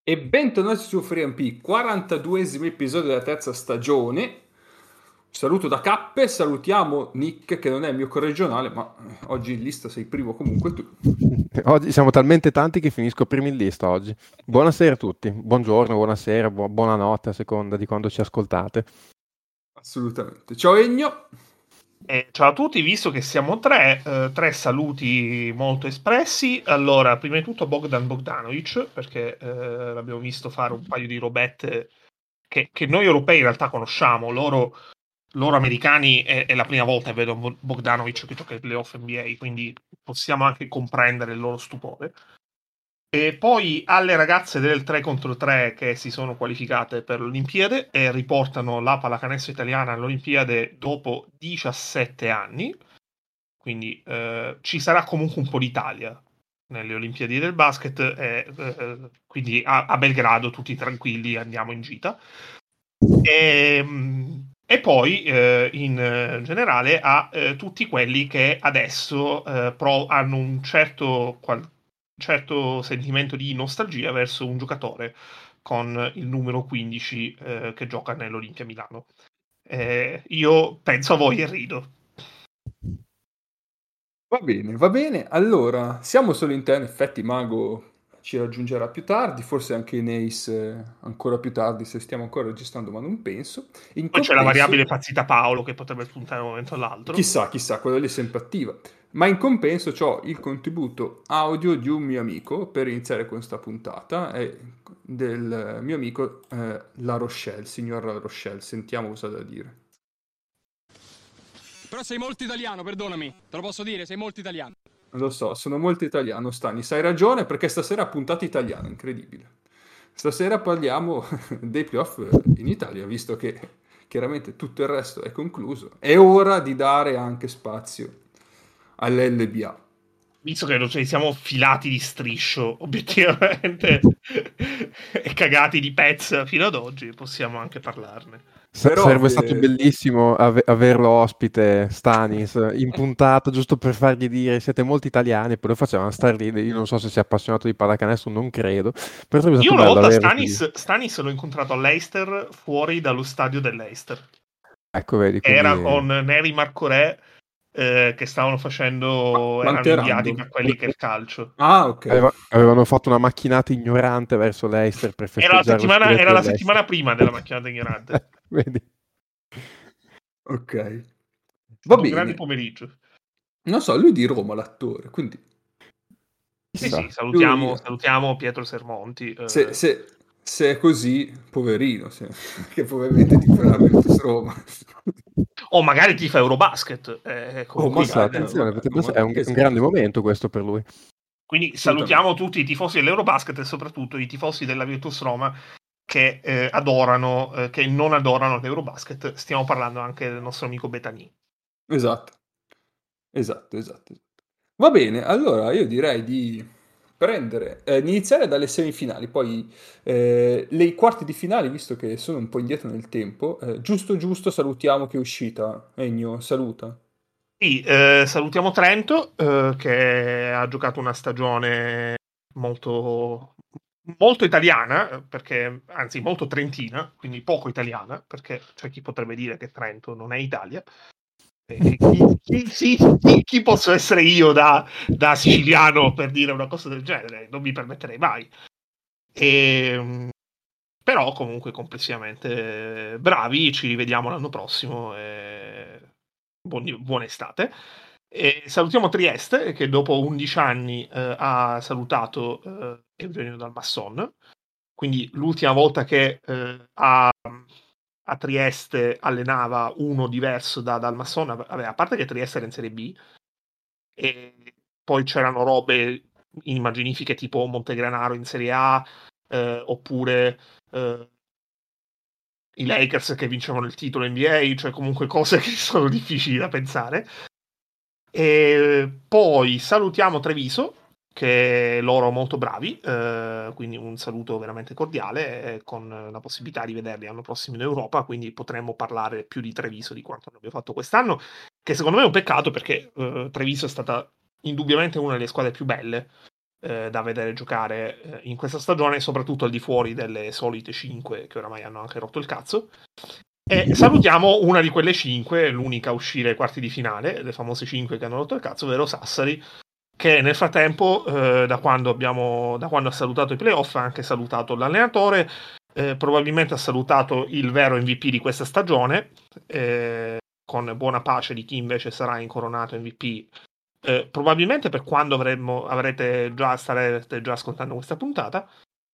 E bentornati su FreeMP, 42esimo episodio della terza stagione. Saluto da Cappe, salutiamo Nick che non è il mio corregionale, ma oggi in lista sei primo comunque tu. Oggi siamo talmente tanti che finisco primo in lista oggi. Buonasera a tutti, buongiorno, buonasera, buonanotte a seconda di quando ci ascoltate. Assolutamente. Ciao Egno. Ciao a tutti, visto che siamo tre saluti molto espressi. Allora, prima di tutto Bogdan Bogdanovic, perché l'abbiamo visto fare un paio di robette che noi europei in realtà conosciamo, loro americani è la prima volta che vedo Bogdanovic che gioca ai playoff NBA, quindi possiamo anche comprendere il loro stupore. E poi alle ragazze del 3 contro 3 che si sono qualificate per l'Olimpiade e riportano la pallacanestro italiana all'Olimpiade dopo 17 anni. Quindi ci sarà comunque un po' d'Italia nelle Olimpiadi del basket, quindi a Belgrado tutti tranquilli andiamo in gita. E poi in generale a tutti quelli che adesso hanno un certo sentimento di nostalgia verso un giocatore con il numero 15 che gioca nell'Olimpia Milano. Io penso a voi e rido. Va bene, va bene. Allora, siamo solo in te, in effetti Mago ci raggiungerà più tardi, forse anche Neis ancora più tardi se stiamo ancora registrando, ma non penso. In Poi c'è la compenso... variabile Pazzita Paolo che potrebbe spuntare da un momento all'altro. Chissà, chissà, quella lì è sempre attiva. Ma in compenso ho il contributo audio di un mio amico per iniziare questa puntata, è del mio amico La Rochelle, signor La Rochelle. Sentiamo cosa ha da dire. Però sei molto italiano, perdonami, te lo posso dire, sei molto italiano. Lo so, sono molto italiano, Stanis. Hai ragione perché stasera puntata italiana, incredibile. Stasera parliamo dei playoff in Italia, visto che chiaramente tutto il resto è concluso. È ora di dare anche spazio all'LBA. Visto che ci siamo filati di striscio, obiettivamente, e cagati di pezza fino ad oggi, possiamo anche parlarne. Però Sarebbe stato bellissimo averlo ospite, Stanis, in puntata, giusto per fargli dire siete molti italiani, poi lo facevano star lì. Io non so se sia appassionato di pallacanestro, non credo, però sarebbe Io stato una bello volta averlo qui. Stanis l'ho incontrato all'Eister, fuori dallo stadio dell'Eister. Ecco, vedi, Era quindi... con Neri Marcorè, che stavano facendo, quanto erano è inviati random? per quelli che è il calcio. Ah, ok. Avevano fatto una macchinata ignorante verso l'Eister per festeggiare lo scudetto Era la dell'Eister. settimana prima della macchina ignorante. Vedi? Ok. È Va stato un grande bene. pomeriggio. Non so, lui di Roma, l'attore, quindi Sì, sì, Chissà. lui, salutiamo Pietro Sermonti. se, se- se è così, poverino, che probabilmente tiferà Virtus Roma. O magari tifa Eurobasket. Oh, Comunque Chissà, magari, grande. attenzione, vabbè, potrebbe essere, è un esatto, grande momento questo per lui. Quindi assolutamente. salutiamo tutti i tifosi dell'Eurobasket e soprattutto i tifosi della Virtus Roma che adorano, che non adorano l'Eurobasket. Stiamo parlando anche del nostro amico Betani. Esatto, esatto, esatto. Va bene, allora io direi di di iniziare dalle semifinali, poi le quarti di finale, visto che sono un po' indietro nel tempo, giusto giusto salutiamo che è uscita. Ennio, saluta. Sì, salutiamo Trento, che ha giocato una stagione molto, molto italiana, perché, anzi molto trentina, quindi poco italiana, perché c'è chi potrebbe dire che Trento non è Italia. Chi posso essere io da siciliano per dire una cosa del genere? Non mi permetterei mai. Però comunque complessivamente bravi, ci rivediamo l'anno prossimo. Buona estate. E salutiamo Trieste che dopo 11 anni ha salutato Eugenio Dalmasson. Quindi l'ultima volta che a Trieste allenava uno diverso da Dalmasson, a parte che Trieste era in Serie B, e poi c'erano robe immaginifiche tipo Montegranaro in Serie A, oppure i Lakers che vincevano il titolo NBA, cioè comunque cose che sono difficili da pensare. E poi salutiamo Treviso, che loro molto bravi, quindi un saluto veramente cordiale, con la possibilità di vederli l'anno prossimo in Europa, quindi potremmo parlare più di Treviso di quanto non abbiamo fatto quest'anno, che secondo me è un peccato perché Treviso è stata indubbiamente una delle squadre più belle da vedere giocare in questa stagione, soprattutto al di fuori delle solite 5 che oramai hanno anche rotto il cazzo. E salutiamo una di quelle 5, l'unica a uscire ai quarti di finale, le famose 5 che hanno rotto il cazzo, ovvero Sassari, che nel frattempo, da quando ha salutato i playoff, ha anche salutato l'allenatore, probabilmente ha salutato il vero MVP di questa stagione, con buona pace di chi invece sarà incoronato MVP, probabilmente per quando starete già ascoltando questa puntata,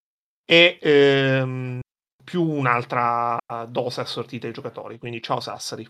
e più un'altra dose assortita ai giocatori. Quindi ciao Sassari.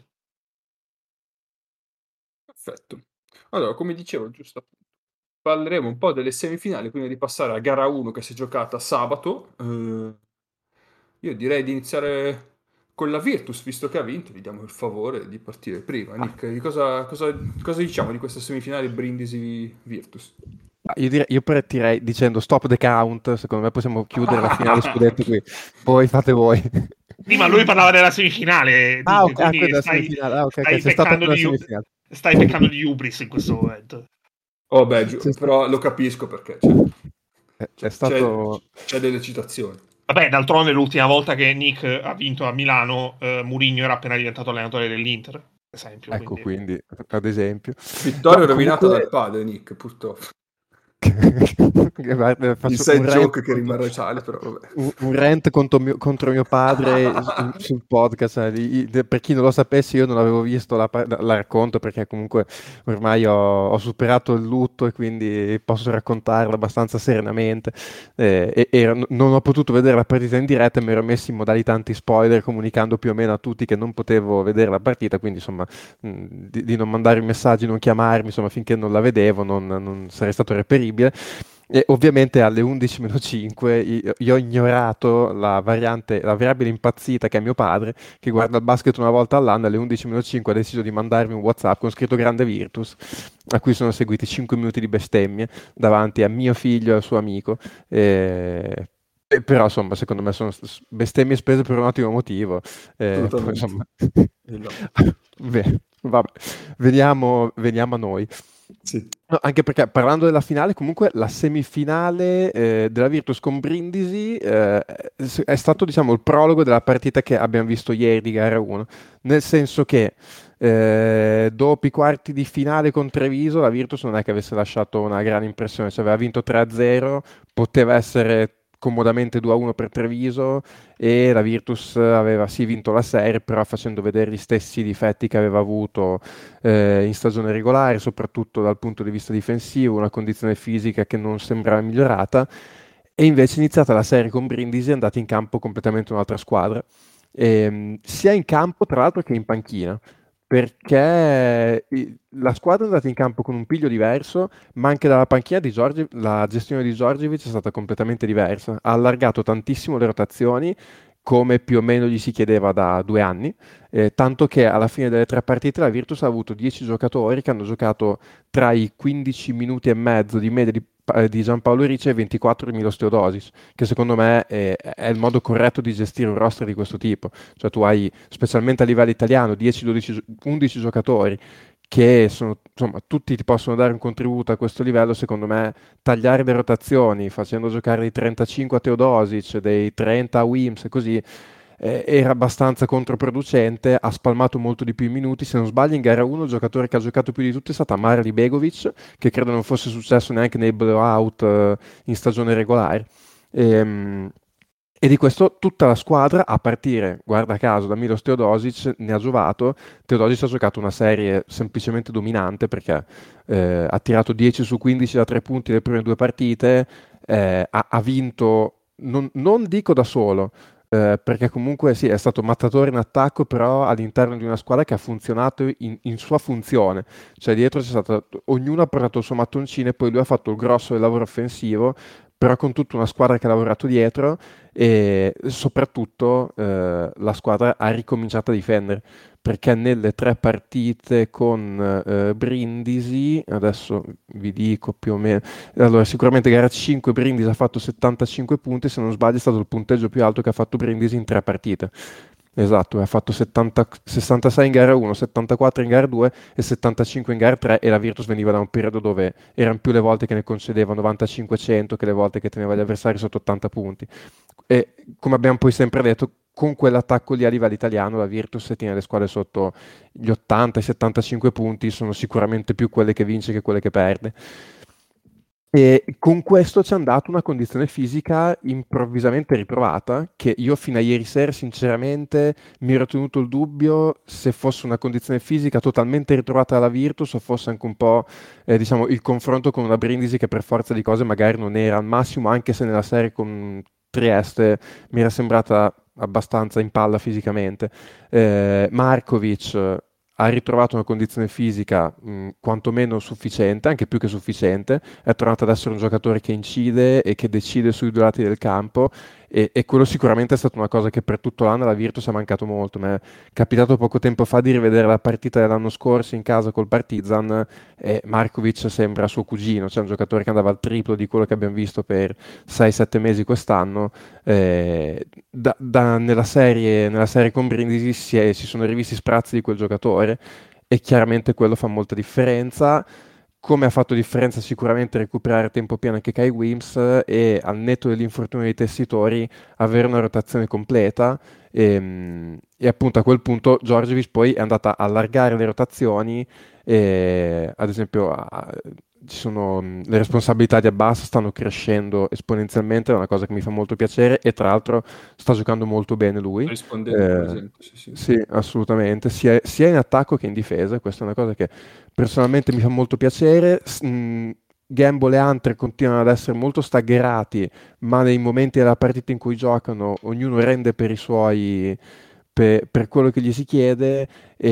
Perfetto. Allora, come dicevo, giusto, parleremo un po' delle semifinali prima di passare a gara 1 che si è giocata sabato. Io direi di iniziare con la Virtus, visto che ha vinto, gli diamo il favore di partire prima. Nick, di cosa diciamo di queste semifinali Brindisi-Virtus? Io partirei dicendo stop the count, secondo me possiamo chiudere la finale scudetto qui, poi fate voi. Sì, ma lui parlava della semifinale, Ok, quindi quella stai semifinale. Ok, stai c'è stata peccando una di semifinale. stai peccando di hubris in questo momento. Oh beh, C'è però lo capisco perché è stato... c'è delle citazioni. Vabbè, d'altronde l'ultima volta che Nick ha vinto a Milano, Mourinho era appena diventato allenatore dell'Inter, per esempio. Ecco, quindi, ad esempio. Vittoria No, rovinata comunque- dal padre, Nick, purtroppo. Guarda, faccio Inside un joke rant che rimarrà tale, però vabbè. un rant contro mio padre sul podcast. Per chi non lo sapesse, io non avevo visto la racconto perché comunque ormai ho superato il lutto e quindi posso raccontarla abbastanza serenamente. Non ho potuto vedere la partita in diretta e mi ero messo in modalità anti-spoiler comunicando più o meno a tutti che non potevo vedere la partita, quindi insomma di non mandare messaggi, non chiamarmi, insomma finché non la vedevo non sarei stato reperibile. E ovviamente alle 11:05 io ho ignorato la variabile impazzita che è mio padre, che guarda il basket una volta all'anno. Alle 11:05 ha deciso di mandarmi un WhatsApp con scritto Grande Virtus, a cui sono seguiti 5 minuti di bestemmie davanti a mio figlio e al suo amico. Però insomma, secondo me sono bestemmie spese per un ottimo motivo. Poi, Assolutamente. insomma... No. Beh, vabbè. Veniamo a noi. Sì. No, anche perché parlando della finale, comunque la semifinale della Virtus con Brindisi è stato, diciamo, il prologo della partita che abbiamo visto ieri di gara 1, nel senso che dopo i quarti di finale con Treviso la Virtus non è che avesse lasciato una grande impressione, cioè aveva vinto 3-0, poteva essere comodamente 2-1 per Treviso e la Virtus aveva sì vinto la serie, però facendo vedere gli stessi difetti che aveva avuto in stagione regolare, soprattutto dal punto di vista difensivo, una condizione fisica che non sembrava migliorata. E invece iniziata la serie con Brindisi è andata in campo completamente un'altra squadra, sia in campo tra l'altro che in panchina, perché la squadra è andata in campo con un piglio diverso, ma anche dalla panchina di la gestione di Djordjevic è stata completamente diversa. Ha allargato tantissimo le rotazioni, come più o meno gli si chiedeva da 2 anni, tanto che alla fine delle 3 partite la Virtus ha avuto 10 giocatori che hanno giocato tra i 15 minuti e mezzo di media di Giampaolo Ricci e 24 di Milos Teodosic, che secondo me è il modo corretto di gestire un roster di questo tipo. Cioè tu hai, specialmente a livello italiano, 10, 12, 11 giocatori che sono, insomma, tutti ti possono dare un contributo a questo livello. Secondo me tagliare le rotazioni facendo giocare dei 35 a Teodosic, dei 30 a Wims e così era abbastanza controproducente. Ha spalmato molto di più i minuti. Se non sbaglio in gara 1 il giocatore che ha giocato più di tutti è stata Marli Begovic, che credo non fosse successo neanche nei blowout in stagione regolare. E di questo tutta la squadra, a partire, guarda caso, da Milos Teodosic, ne ha giovato. Teodosic ha giocato una serie semplicemente dominante perché ha tirato 10 su 15 da 3 punti le prime 2 partite, ha vinto, non dico da solo, perché comunque sì, è stato mattatore in attacco, però all'interno di una squadra che ha funzionato in sua funzione. Cioè dietro c'è stato, ognuno ha portato il suo mattoncino e poi lui ha fatto il grosso del lavoro offensivo, però con tutta una squadra che ha lavorato dietro e soprattutto la squadra ha ricominciato a difendere, perché nelle 3 partite con Brindisi, adesso vi dico più o meno, allora sicuramente gara 5 Brindisi ha fatto 75 punti, se non sbaglio è stato il punteggio più alto che ha fatto Brindisi in 3 partite. Esatto, ha fatto 66 in gara 1, 74 in gara 2 e 75 in gara 3 e la Virtus veniva da un periodo dove erano più le volte che ne concedeva 95-100 che le volte che teneva gli avversari sotto 80 punti. E come abbiamo poi sempre detto, con quell'attacco lì a livello italiano la Virtus se tiene le squadre sotto gli 80 e 75 punti sono sicuramente più quelle che vince che quelle che perde. E con questo ci hanno dato una condizione fisica improvvisamente ritrovata, che io fino a ieri sera sinceramente mi ero tenuto il dubbio se fosse una condizione fisica totalmente ritrovata dalla Virtus o fosse anche un po' diciamo, il confronto con una Brindisi che per forza di cose magari non era al massimo, anche se nella serie con Trieste mi era sembrata abbastanza in palla fisicamente. Markovic ha ritrovato una condizione fisica quantomeno sufficiente, anche più che sufficiente, è tornato ad essere un giocatore che incide e che decide sui due lati del campo e quello sicuramente è stata una cosa che per tutto l'anno alla Virtus è mancato molto. Mi è capitato poco tempo fa di rivedere la partita dell'anno scorso in casa col Partizan e Markovic sembra suo cugino, cioè un giocatore che andava al triplo di quello che abbiamo visto per 6-7 mesi quest'anno. Nella serie con Brindisi si sono rivisti sprazzi di quel giocatore e chiaramente quello fa molta differenza. Come ha fatto differenza sicuramente recuperare a tempo pieno anche Kai Wims e al netto dell'infortunio dei tessitori avere una rotazione completa e appunto a quel punto Djordjevic poi è andata a allargare le rotazioni e ad esempio le responsabilità di Abbas stanno crescendo esponenzialmente, è una cosa che mi fa molto piacere e tra l'altro sta giocando molto bene lui. Rispondendo, per esempio, sì. Sì, assolutamente, sia in attacco che in difesa, questa è una cosa che personalmente mi fa molto piacere. Gamble e Hunter continuano ad essere molto staggerati, ma nei momenti della partita in cui giocano ognuno rende per i suoi, per quello che gli si chiede.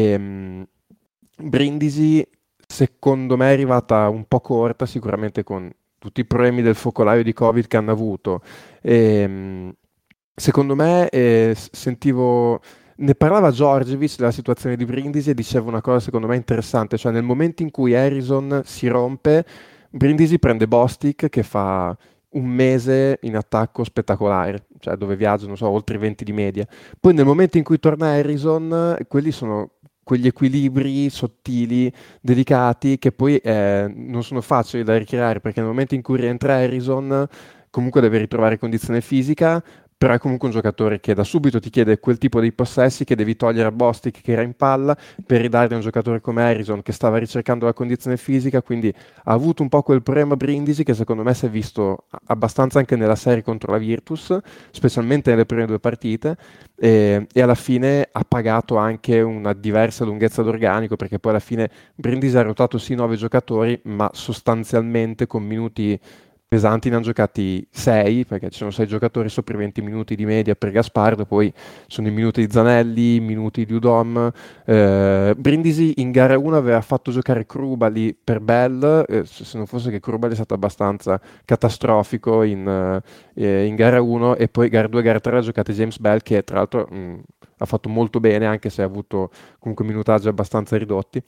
Brindisi secondo me è arrivata un po' corta, sicuramente con tutti i problemi del focolaio di Covid che hanno avuto. Secondo me sentivo... Ne parlava Djordjevic della situazione di Brindisi e diceva una cosa secondo me interessante, cioè nel momento in cui Harrison si rompe, Brindisi prende Bostic che fa un mese in attacco spettacolare, cioè dove viaggia, non so, oltre i 20 di media. Poi nel momento in cui torna Harrison, quelli sono quegli equilibri sottili, delicati, che poi non sono facili da ricreare, perché nel momento in cui rientra Harrison, comunque deve ritrovare condizione fisica, però è comunque un giocatore che da subito ti chiede quel tipo di possessi che devi togliere a Bostic che era in palla per ridarli a un giocatore come Harrison che stava ricercando la condizione fisica, quindi ha avuto un po' quel problema Brindisi che secondo me si è visto abbastanza anche nella serie contro la Virtus, specialmente nelle prime due partite, e alla fine ha pagato anche una diversa lunghezza d'organico perché poi alla fine Brindisi ha rotato sì 9 giocatori, ma sostanzialmente con minuti pesanti ne hanno giocati 6 perché ci sono 6 giocatori sopra i 20 minuti di media per Gaspardo, poi sono i minuti di Zanelli, i minuti di Udom. Brindisi in gara 1 aveva fatto giocare Krubali per Bell, se non fosse che Krubali è stato abbastanza catastrofico in gara 1 e poi gara 2 e gara 3 ha giocato James Bell che tra l'altro ha fatto molto bene anche se ha avuto comunque minutaggi abbastanza ridotti.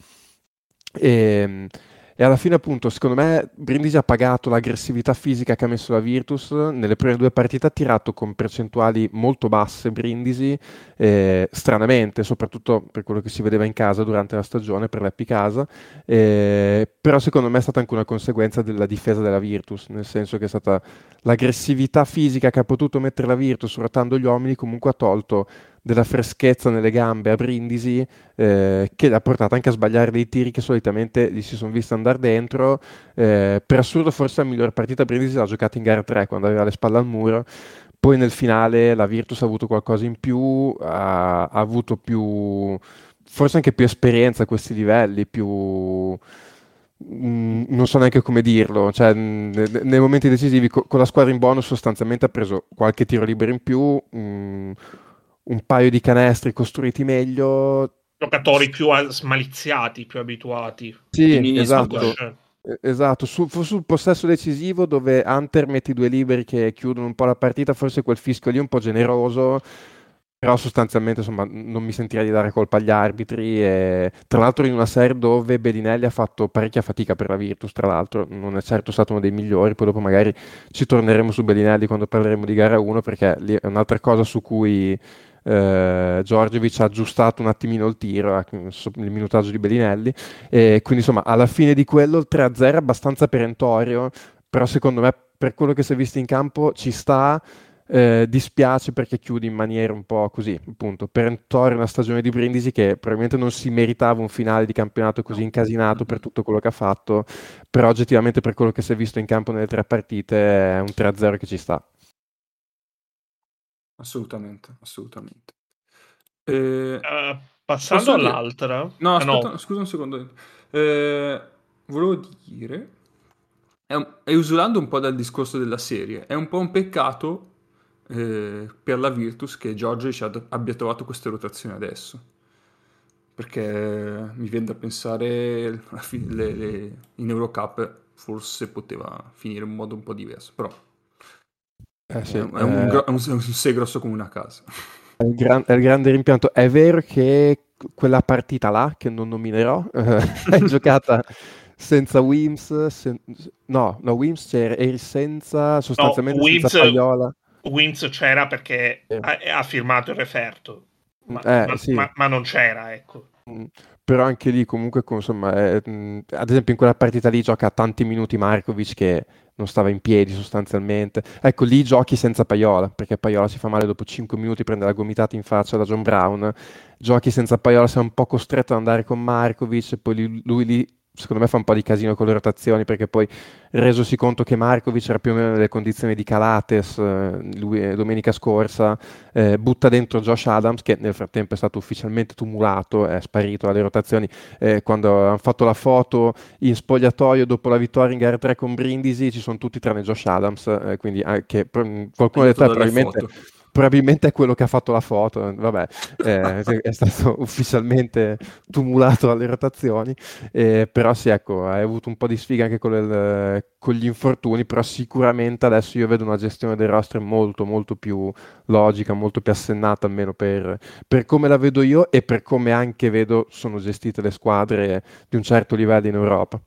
E alla fine, appunto, secondo me Brindisi ha pagato l'aggressività fisica che ha messo la Virtus. Nelle prime due partite ha tirato con percentuali molto basse Brindisi, stranamente, soprattutto per quello che si vedeva in casa durante la stagione, per l'Happy Casa. Però secondo me è stata anche una conseguenza della difesa della Virtus, nel senso che è stata l'aggressività fisica che ha potuto mettere la Virtus ruotando gli uomini, comunque ha tolto della freschezza nelle gambe a Brindisi che l'ha portata anche a sbagliare dei tiri che solitamente gli si sono visti andare dentro. Per assurdo forse la migliore partita Brindisi l'ha giocata in gara 3 quando aveva le spalle al muro, poi nel finale la Virtus ha avuto qualcosa in più, ha avuto più, forse anche più esperienza a questi livelli, più... non so neanche come dirlo, cioè, nei momenti decisivi con la squadra in bonus sostanzialmente ha preso qualche tiro libero in più, un paio di canestri costruiti meglio. Giocatori più smaliziati, più abituati. Sì, esatto. Esatto, sul possesso decisivo dove Hunter metti 2 liberi che chiudono un po' la partita, forse quel fischio lì è un po' generoso, però sostanzialmente insomma non mi sentirei di dare colpa agli arbitri e, tra l'altro in una serie dove Bedinelli ha fatto parecchia fatica per la Virtus, tra l'altro non è certo stato uno dei migliori, poi dopo magari ci torneremo su Bedinelli quando parleremo di gara 1 perché lì è un'altra cosa su cui Djordjevic ha aggiustato un attimino il tiro, il minutaggio di Bellinelli, e quindi insomma alla fine di quello il 3-0 è abbastanza perentorio, però secondo me per quello che si è visto in campo ci sta. Dispiace perché chiude in maniera un po' così, appunto, perentoria una stagione di Brindisi che probabilmente non si meritava un finale di campionato così No. incasinato per tutto quello che ha fatto, però oggettivamente per quello che si è visto in campo nelle 3 partite è un 3-0 che ci sta. Assolutamente, assolutamente. Passando Posso dire... all'altra, No, no, aspetta, scusa un secondo. Volevo dire, esulando un po' dal discorso della serie, è un po' un peccato per la Virtus che George abbia trovato queste rotazioni adesso. Perché mi viene da pensare in Eurocup forse poteva finire in modo un po' diverso, però Sì, è un sé grosso come una casa. è il grande rimpianto. È vero che quella partita là, che non nominerò, è giocata senza Wims, no, Wims c'era, eri senza, no, sostanzialmente senza Paiola. Wins c'era perché Eh, ha firmato il referto, ma sì. ma non c'era, ecco. Mm, Però anche lì comunque insomma, ad esempio in quella partita lì gioca tanti minuti Markovic che non stava in piedi sostanzialmente. Ecco, lì giochi senza Paiola, perché Paiola si fa male dopo 5 minuti, prende la gomitata in faccia da John Brown. Giochi senza Paiola, sei un po' costretto ad andare con Markovic, e poi lui lì secondo me fa un po' di casino con le rotazioni, perché poi resosi conto che Markovic era più o meno nelle condizioni di Calates, lui domenica scorsa butta dentro Josh Adams che nel frattempo è stato ufficialmente tumulato, è sparito dalle rotazioni. Quando hanno fatto la foto in spogliatoio dopo la vittoria in gara 3 con Brindisi ci sono tutti tranne Josh Adams, quindi anche, qualcuno ha Aiuto detto dalle probabilmente, foto. probabilmente è quello che ha fatto la foto, vabbè, è stato ufficialmente tumulato alle rotazioni, però sì, ecco, hai avuto un po' di sfiga anche con gli infortuni, però sicuramente adesso io vedo una gestione del roster molto molto più logica, molto più assennata, almeno per come la vedo io e per come anche vedo sono gestite le squadre di un certo livello in Europa.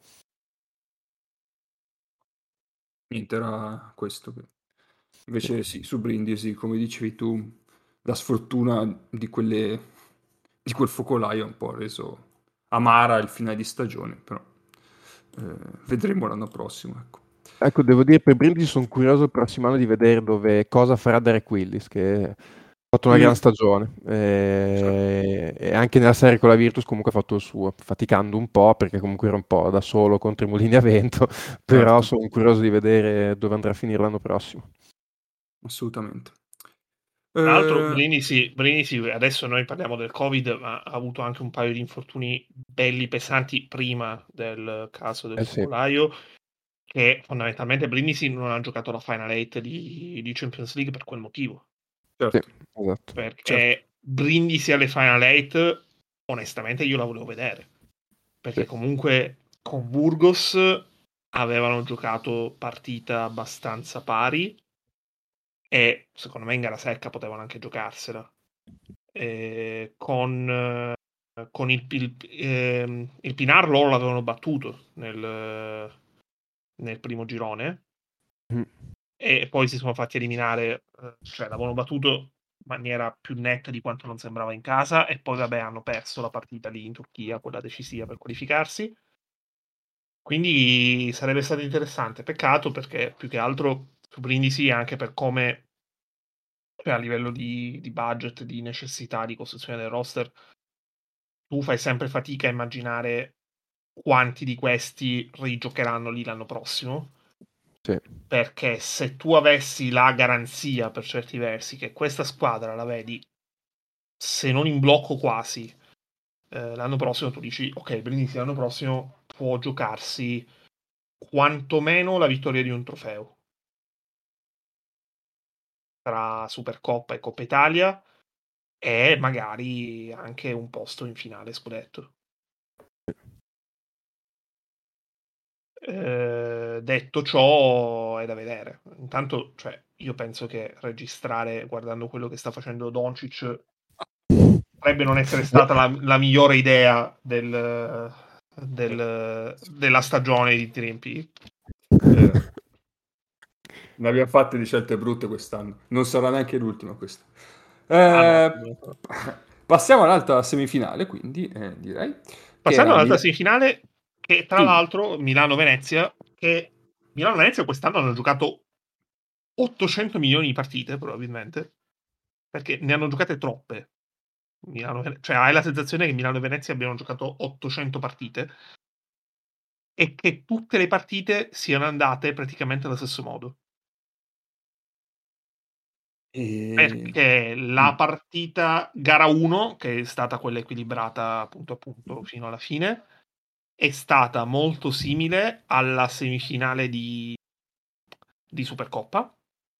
Niente, era questo. Invece sì, su Brindisi, come dicevi tu, la sfortuna di quel focolaio ha un po' reso amara il finale di stagione, però vedremo l'anno prossimo, ecco. Ecco, devo dire, per Brindisi sono curioso il prossimo anno di vedere cosa farà Derek Willis, che ha fatto una gran Mm, stagione, certo, e anche nella serie con la Virtus comunque ha fatto il suo, faticando un po' perché comunque era un po' da solo contro i mulini a vento, però certo, sono curioso di vedere dove andrà a finire l'anno prossimo. assolutamente. Tra l'altro, Eh, Brindisi, adesso noi parliamo del Covid, ma ha avuto anche un paio di infortuni belli pesanti prima del caso del Sì, focolaio, che fondamentalmente Brindisi non ha giocato la Final 8 di Champions League per quel motivo. sì, certo, esatto. certo. Perché Brindisi alle Final 8, onestamente, io la volevo vedere. Sì. Perché comunque con Burgos avevano giocato partita abbastanza pari e secondo me in gara secca potevano anche giocarsela. Con il Pinar loro l'avevano battuto nel primo girone Mm. e poi si sono fatti eliminare, cioè l'avevano battuto in maniera più netta di quanto non sembrava in casa e poi vabbè hanno perso la partita lì in Turchia, quella decisiva per qualificarsi. Quindi sarebbe stato interessante. Peccato perché più che altro su Brindisi, anche per come, cioè a livello di budget, di necessità di costruzione del roster, tu fai sempre fatica a immaginare quanti di questi rigiocheranno lì l'anno prossimo. Sì. Perché se tu avessi la garanzia per certi versi che questa squadra la vedi, se non in blocco quasi, l'anno prossimo tu dici ok, Brindisi l'anno prossimo può giocarsi quantomeno la vittoria di un trofeo tra Supercoppa e Coppa Italia e magari anche un posto in finale scudetto. Detto ciò, è da vedere. Intanto, cioè, io penso che registrare guardando quello che sta facendo Doncic potrebbe non essere stata la migliore idea della stagione di Trimpi. Ne abbiamo fatte di scelte brutte quest'anno. Non sarà neanche l'ultima questa. Eh, No. passiamo all'altra semifinale, quindi direi che Passando era all'altra semifinale, che tra Sì. l'altro Milano-Venezia, che Milano-Venezia quest'anno hanno giocato 800 milioni di partite, probabilmente, perché ne hanno giocate troppe. Cioè, hai la sensazione che Milano e Venezia abbiano giocato 800 partite e che tutte le partite siano andate praticamente allo stesso modo. E... Perché la Mm. partita gara 1, che è stata quella equilibrata punto a punto fino alla fine, è stata molto simile alla semifinale di Supercoppa,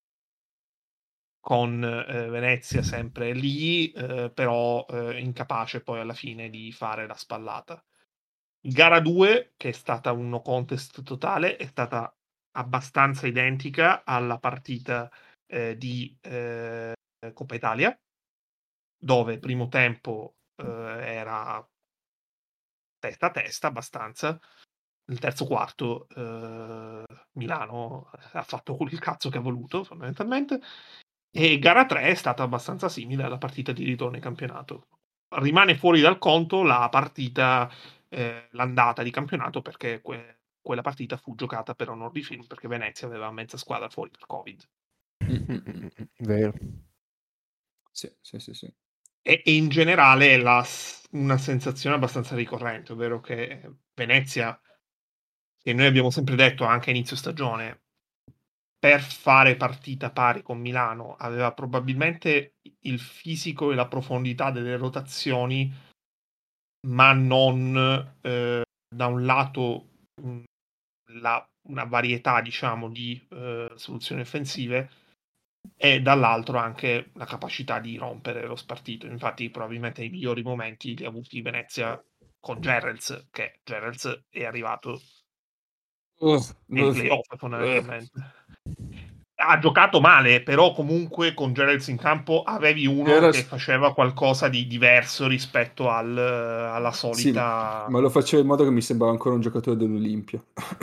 con Venezia sempre lì, però incapace poi alla fine di fare la spallata. Gara 2, che è stata un no contest totale, è stata abbastanza identica alla partita di Coppa Italia, dove primo tempo era testa a testa abbastanza. Il terzo quarto Milano ha fatto il cazzo che ha voluto, fondamentalmente. E gara 3 è stata abbastanza simile alla partita di ritorno in campionato. Rimane fuori dal conto la partita, l'andata di campionato, perché quella partita fu giocata per onor di film, perché Venezia aveva mezza squadra fuori per Covid. Vero. Sì, sì, sì, sì. E in generale una sensazione abbastanza ricorrente, ovvero che Venezia, che noi abbiamo sempre detto anche a inizio stagione, per fare partita pari con Milano aveva probabilmente il fisico e la profondità delle rotazioni, ma non da un lato una varietà, diciamo, di soluzioni offensive, e dall'altro anche la capacità di rompere lo spartito. Infatti probabilmente i migliori momenti li ha avuti Venezia con Gerrels, che Gerrels è arrivato nei playoff fondamentalmente. Ha giocato male, però comunque con Gerrels in campo avevi uno Era... che faceva qualcosa di diverso rispetto alla Sì, solita. ma lo faceva in modo che mi sembrava ancora un giocatore dell'Olimpia.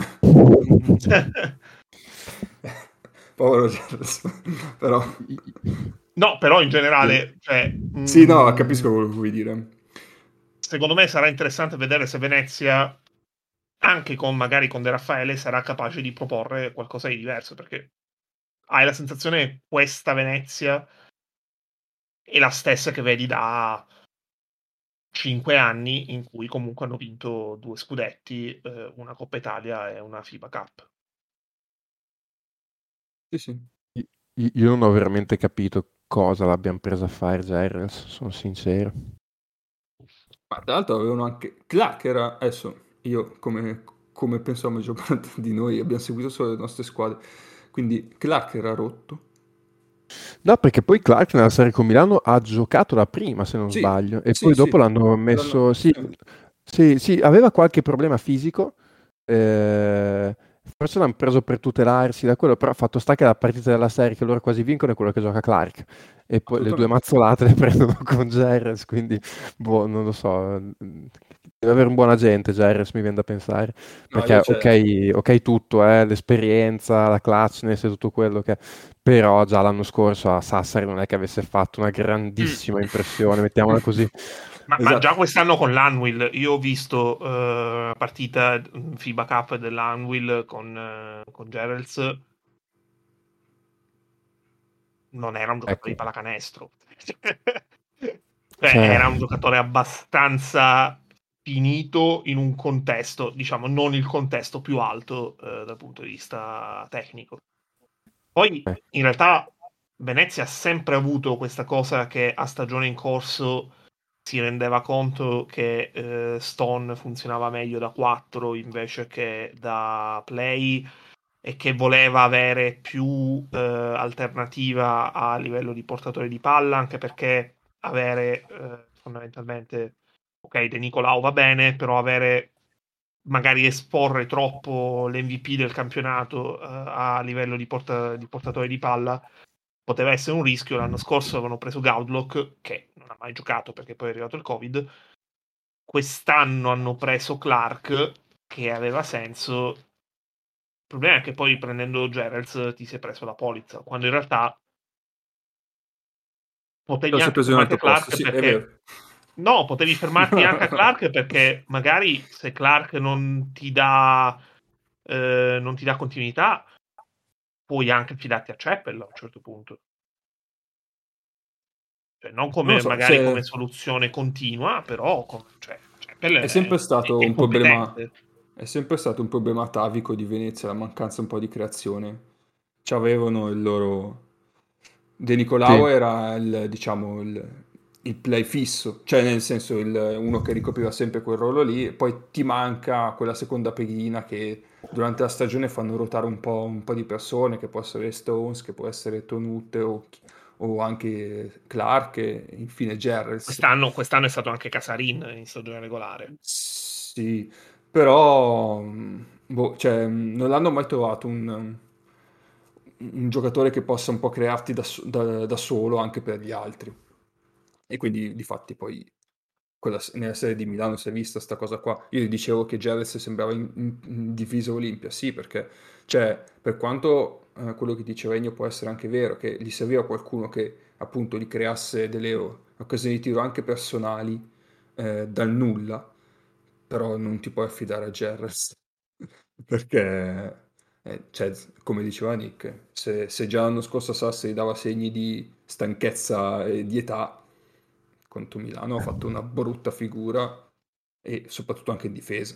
Povero Gerrits, però... No, però in generale, cioè, Sì, no, capisco quello che vuoi dire. secondo me sarà interessante vedere se Venezia, anche con magari con De Raffaele, sarà capace di proporre qualcosa di diverso, perché hai la sensazione che questa Venezia è la stessa che vedi da 5 anni, in cui comunque hanno vinto 2 scudetti, una Coppa Italia e una FIBA Cup. Sì, sì. Io non ho veramente capito cosa l'abbiamo presa a fare Gerrels, sono sincero. Ma tra l'altro avevano anche... Clark era... Adesso, io come penso la maggior parte di noi, abbiamo seguito solo le nostre squadre. Quindi Clark era rotto. No, perché poi Clark nella serie con Milano ha giocato la prima, se non Sì, sbaglio, e sì, poi dopo sì. l'hanno messo... Sì, Sì. sì, sì, aveva qualche problema fisico, forse l'hanno preso per tutelarsi da quello, però fatto sta che la partita della serie che loro quasi vincono è quella che gioca Clark, e poi le due Assolutamente. mazzolate le prendono con Gerrels, quindi boh, non lo so, deve avere un buon agente Gerrels, mi viene da pensare, No, io perché c'è... ok tutto, l'esperienza, la clutchness e tutto quello che... Però già l'anno scorso a Sassari non è che avesse fatto una grandissima impressione, mettiamola così. Ma Esatto. già quest'anno con l'Anwil, io ho visto la partita FIBA Cup dell'Anwil con Gerrels, non era un giocatore di Ecco, pallacanestro. Cioè, cioè, era un giocatore abbastanza finito in un contesto, diciamo, non il contesto più alto dal punto di vista tecnico. Poi, eh, in realtà, Venezia ha sempre avuto questa cosa che a stagione in corso si rendeva conto che Stone funzionava meglio da 4 invece che da play, e che voleva avere più alternativa a livello di portatore di palla, anche perché avere fondamentalmente, ok, De Nicolau va bene, però avere magari esporre troppo l'MVP del campionato a livello di portatore di palla poteva essere un rischio. L'anno scorso avevano preso Gaudlock, che non ha mai giocato perché poi è arrivato il Covid. Quest'anno hanno preso Clark, che aveva senso. Il problema è che poi prendendo Gerrels ti sei preso la polizza, quando in realtà potevi si è anche preso in un fermarti a altro posto, Clark sì, è perché vero. no, potevi fermarti anche a Clark perché magari se Clark non ti dà continuità, puoi anche fidarti a Chapel a un certo punto. Cioè, non Non lo come so, magari come soluzione continua, però cioè, Chapel è sempre stato è un problema, competente. è sempre stato un problema atavico di Venezia, la mancanza un po' di creazione. C'avevano il loro... De Sì. Nicolao era diciamo, il play fisso, cioè nel senso uno che ricopriva sempre quel ruolo lì, e poi ti manca quella seconda pedina che durante la stagione fanno ruotare un po' di persone, che può essere Stones, che può essere Tonut o anche Clark e infine Gerrels. Quest'anno è stato anche Casarin in stagione regolare. Sì, però boh, cioè, non l'hanno mai trovato un giocatore che possa un po' crearti da solo anche per gli altri. E quindi, difatti, poi nella serie di Milano si è vista sta cosa qua. Io dicevo che Giles sembrava in divisa Olimpia, sì, perché, cioè, per quanto quello che diceva Ennio può essere anche vero, che gli serviva qualcuno che appunto gli creasse delle occasioni di tiro anche personali dal nulla, però non ti puoi affidare a Gerrels, perché, cioè, come diceva Nick, se già l'anno scorso Sassari dava segni di stanchezza e di età, contro Milano ha fatto una brutta figura e soprattutto anche in difesa.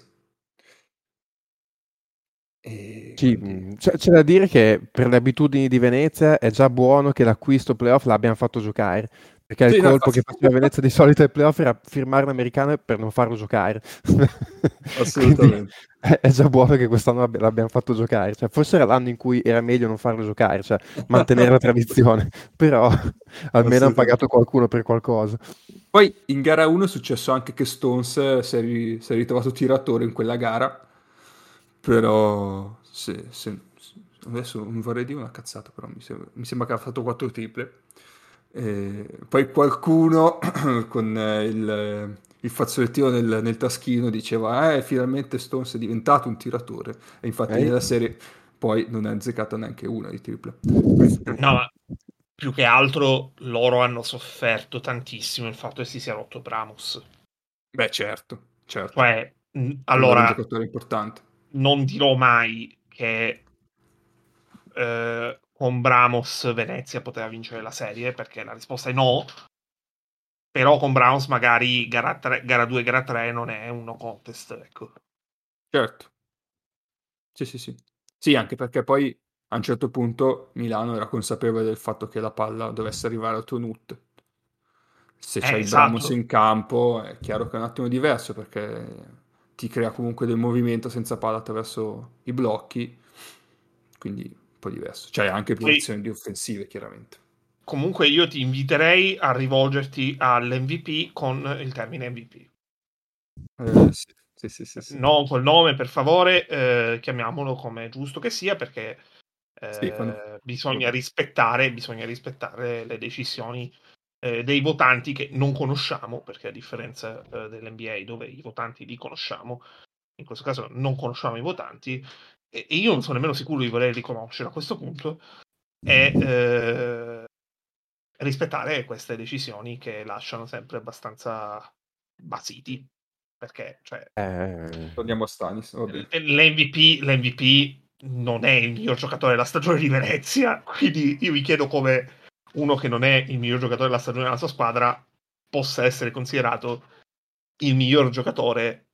E Sì, quindi... c'è da dire che per le abitudini di Venezia è già buono che l'acquisto playoff l'abbiamo fatto giocare, perché il Sì, no, colpo infatti... che faceva Venezia di solito ai playoff era firmare un americano per non farlo giocare. Quindi Assolutamente. è già buono che quest'anno l'abbiamo fatto giocare. Cioè, forse era l'anno in cui era meglio non farlo giocare, cioè mantenere la tradizione, però almeno hanno pagato Assolutamente. qualcuno per qualcosa. Poi in gara 1 è successo anche che Stones si è ritrovato tiratore in quella gara, però adesso non vorrei dire una cazzata, però mi sembra che ha fatto 4 triple. Poi qualcuno con il fazzolettino nel taschino diceva finalmente Stones è diventato un tiratore, e infatti Eh? nella serie poi non è azzeccata neanche una di triple. No, ma più che altro loro hanno sofferto tantissimo il fatto che si sia rotto Pramus. Beh, certo, certo. Cioè, Quello era un allora, giocatore importante. non dirò mai che con Bramos Venezia poteva vincere la serie, perché la risposta è no, però con Browns magari gara 2 gara 3 non è un no contest, ecco. Certo. Sì, sì, sì. Sì, anche perché poi a un certo punto Milano era consapevole del fatto che la palla dovesse arrivare a Tonut. Se c'hai Bramos Esatto. in campo è chiaro che è un attimo diverso perché ti crea comunque del movimento senza palla attraverso i blocchi, quindi un po' diverso. C'hai anche più Poi, opzioni di offensive, chiaramente. comunque io ti inviterei a rivolgerti all'MVP con il termine MVP. Sì, sì, sì, sì, sì. Non col nome, per favore, chiamiamolo come è giusto che sia, perché Stefano, bisogna vabbè. rispettare le decisioni dei votanti che non conosciamo, perché a differenza dell'NBA dove i votanti li conosciamo, in questo caso non conosciamo i votanti, e io non sono nemmeno sicuro di voler riconoscere a questo punto, è rispettare queste decisioni che lasciano sempre abbastanza basiti, perché cioè, Torniamo a Stanis, va bene. l'MVP non è il miglior giocatore della stagione di Venezia, quindi io mi chiedo come uno che non è il miglior giocatore della stagione della sua squadra possa essere considerato il miglior giocatore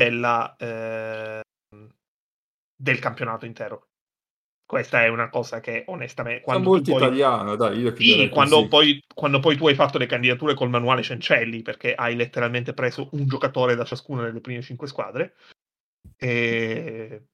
del campionato intero. Questa è una cosa che onestamente, Sono quando tu molto poi italiano, dai, io sì, chiuderei così. quando poi tu hai fatto le candidature col manuale Cencelli, perché hai letteralmente preso un giocatore da ciascuna delle prime 5 squadre, e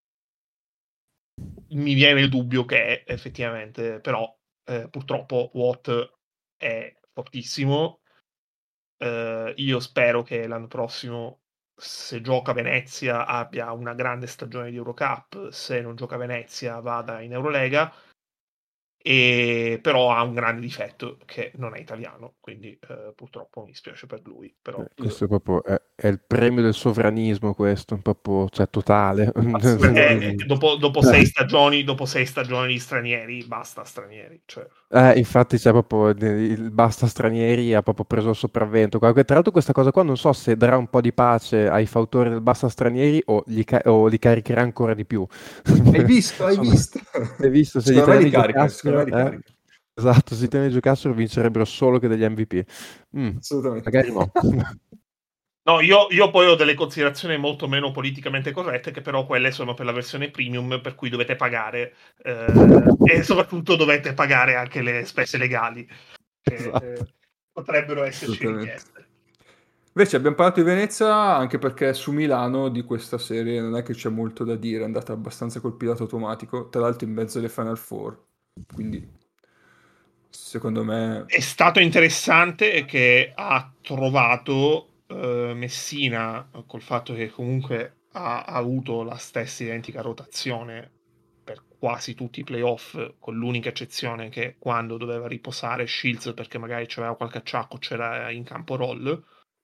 mi viene il dubbio che effettivamente, però, purtroppo Watt è fortissimo. Io spero che l'anno prossimo, se gioca a Venezia, abbia una grande stagione di Eurocup, se non gioca a Venezia vada in Eurolega. però ha un grande difetto che non è italiano, quindi purtroppo mi spiace per lui. Però, Questo è proprio è il premio del sovranismo, questo, proprio, cioè, totale. Assolutamente. dopo 6 stagioni, di stranieri, basta stranieri. Cioè. Infatti c'è proprio il basta stranieri ha proprio preso il sopravvento. Tra l'altro questa cosa qua non so se darà un po' di pace ai fautori del basta stranieri o li caricherà ancora di più. Hai visto? Hai Insomma, visto? hai visto? Se gli Secondo me li italiani carica, secondo me giocassero, li carica. esatto, se gli italiani giocassero vincerebbero solo che degli MVP. Assolutamente. Magari no. No, io poi ho delle considerazioni molto meno politicamente corrette, che però quelle sono per la versione premium, per cui dovete pagare, e soprattutto dovete pagare anche le spese legali, che Esatto. potrebbero esserci Assolutamente. richieste. Invece abbiamo parlato di Venezia anche perché su Milano di questa serie non è che c'è molto da dire, è andata abbastanza col pilota automatico, tra l'altro in mezzo alle Final Four, quindi secondo me È stato interessante che ha trovato Messina, col fatto che comunque ha avuto la stessa identica rotazione per quasi tutti i playoff, con l'unica eccezione che quando doveva riposare Shields perché magari c'aveva qualche acciacco, c'era in campo Roll.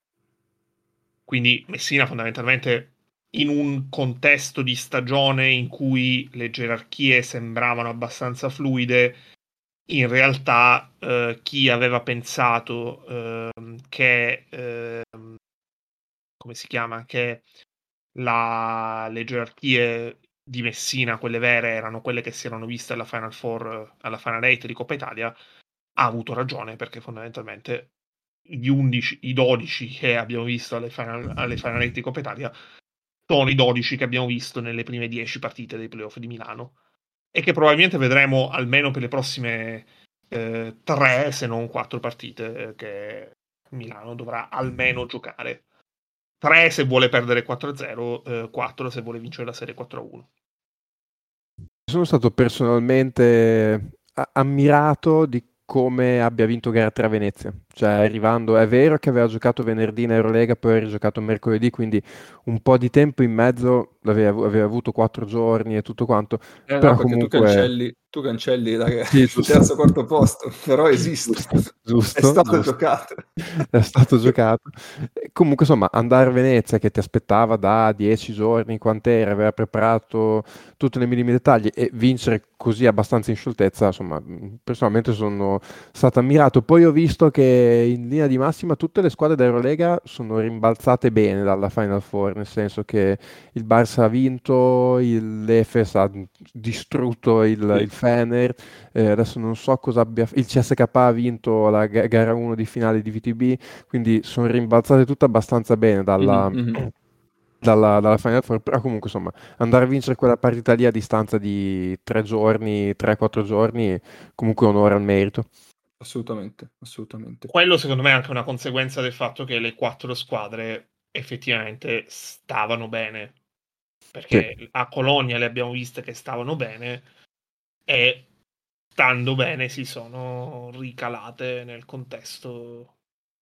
Quindi Messina fondamentalmente, in un contesto di stagione in cui le gerarchie sembravano abbastanza fluide, in realtà chi aveva pensato che come si chiama, che le gerarchie di Messina, quelle vere, erano quelle che si erano viste alla Final Four, alla Final 8 di Coppa Italia, ha avuto ragione, perché fondamentalmente gli 11, i 12 che abbiamo visto alle Final 8 di Coppa Italia sono i 12 che abbiamo visto nelle prime 10 partite dei playoff di Milano, e che probabilmente vedremo almeno per le prossime 3, se non 4 partite che Milano dovrà almeno giocare. 3 se vuole perdere 4-0, 4 se vuole vincere la serie 4-1. Sono stato personalmente ammirato di come abbia vinto gara 3 a Venezia. Cioè, arrivando, è vero che aveva giocato venerdì in Eurolega, poi ha rigiocato mercoledì, quindi un po' di tempo in mezzo, aveva avuto 4 giorni e tutto quanto, no, però perché comunque tu cancelli sì, il giusto. terzo quarto posto, però esiste, è Giusto, stato giusto. giocato. È stato giocato. E comunque, insomma, andare a Venezia che ti aspettava da 10 giorni, quant'era, aveva preparato tutti nei minimi dettagli e vincere così abbastanza in scioltezza, insomma, personalmente sono stato ammirato. Poi ho visto che in linea di massima tutte le squadre dell'Eurolega sono rimbalzate bene dalla Final Four, nel senso che il Barça ha vinto, l'Efes ha distrutto il Sì. Fener, adesso non so cosa abbia il CSK ha vinto la gara 1 di finale di VTB, quindi sono rimbalzate tutte abbastanza bene Mhm, mhm. dalla Final Four, però comunque insomma andare a vincere quella partita lì a distanza di 3 giorni, 3-4 giorni, comunque onore al merito. Assolutamente, assolutamente. Quello secondo me è anche una conseguenza del fatto che le 4 squadre effettivamente stavano bene, Sì, perché a Colonia le abbiamo viste che stavano bene, e stando bene si sono ricalate nel contesto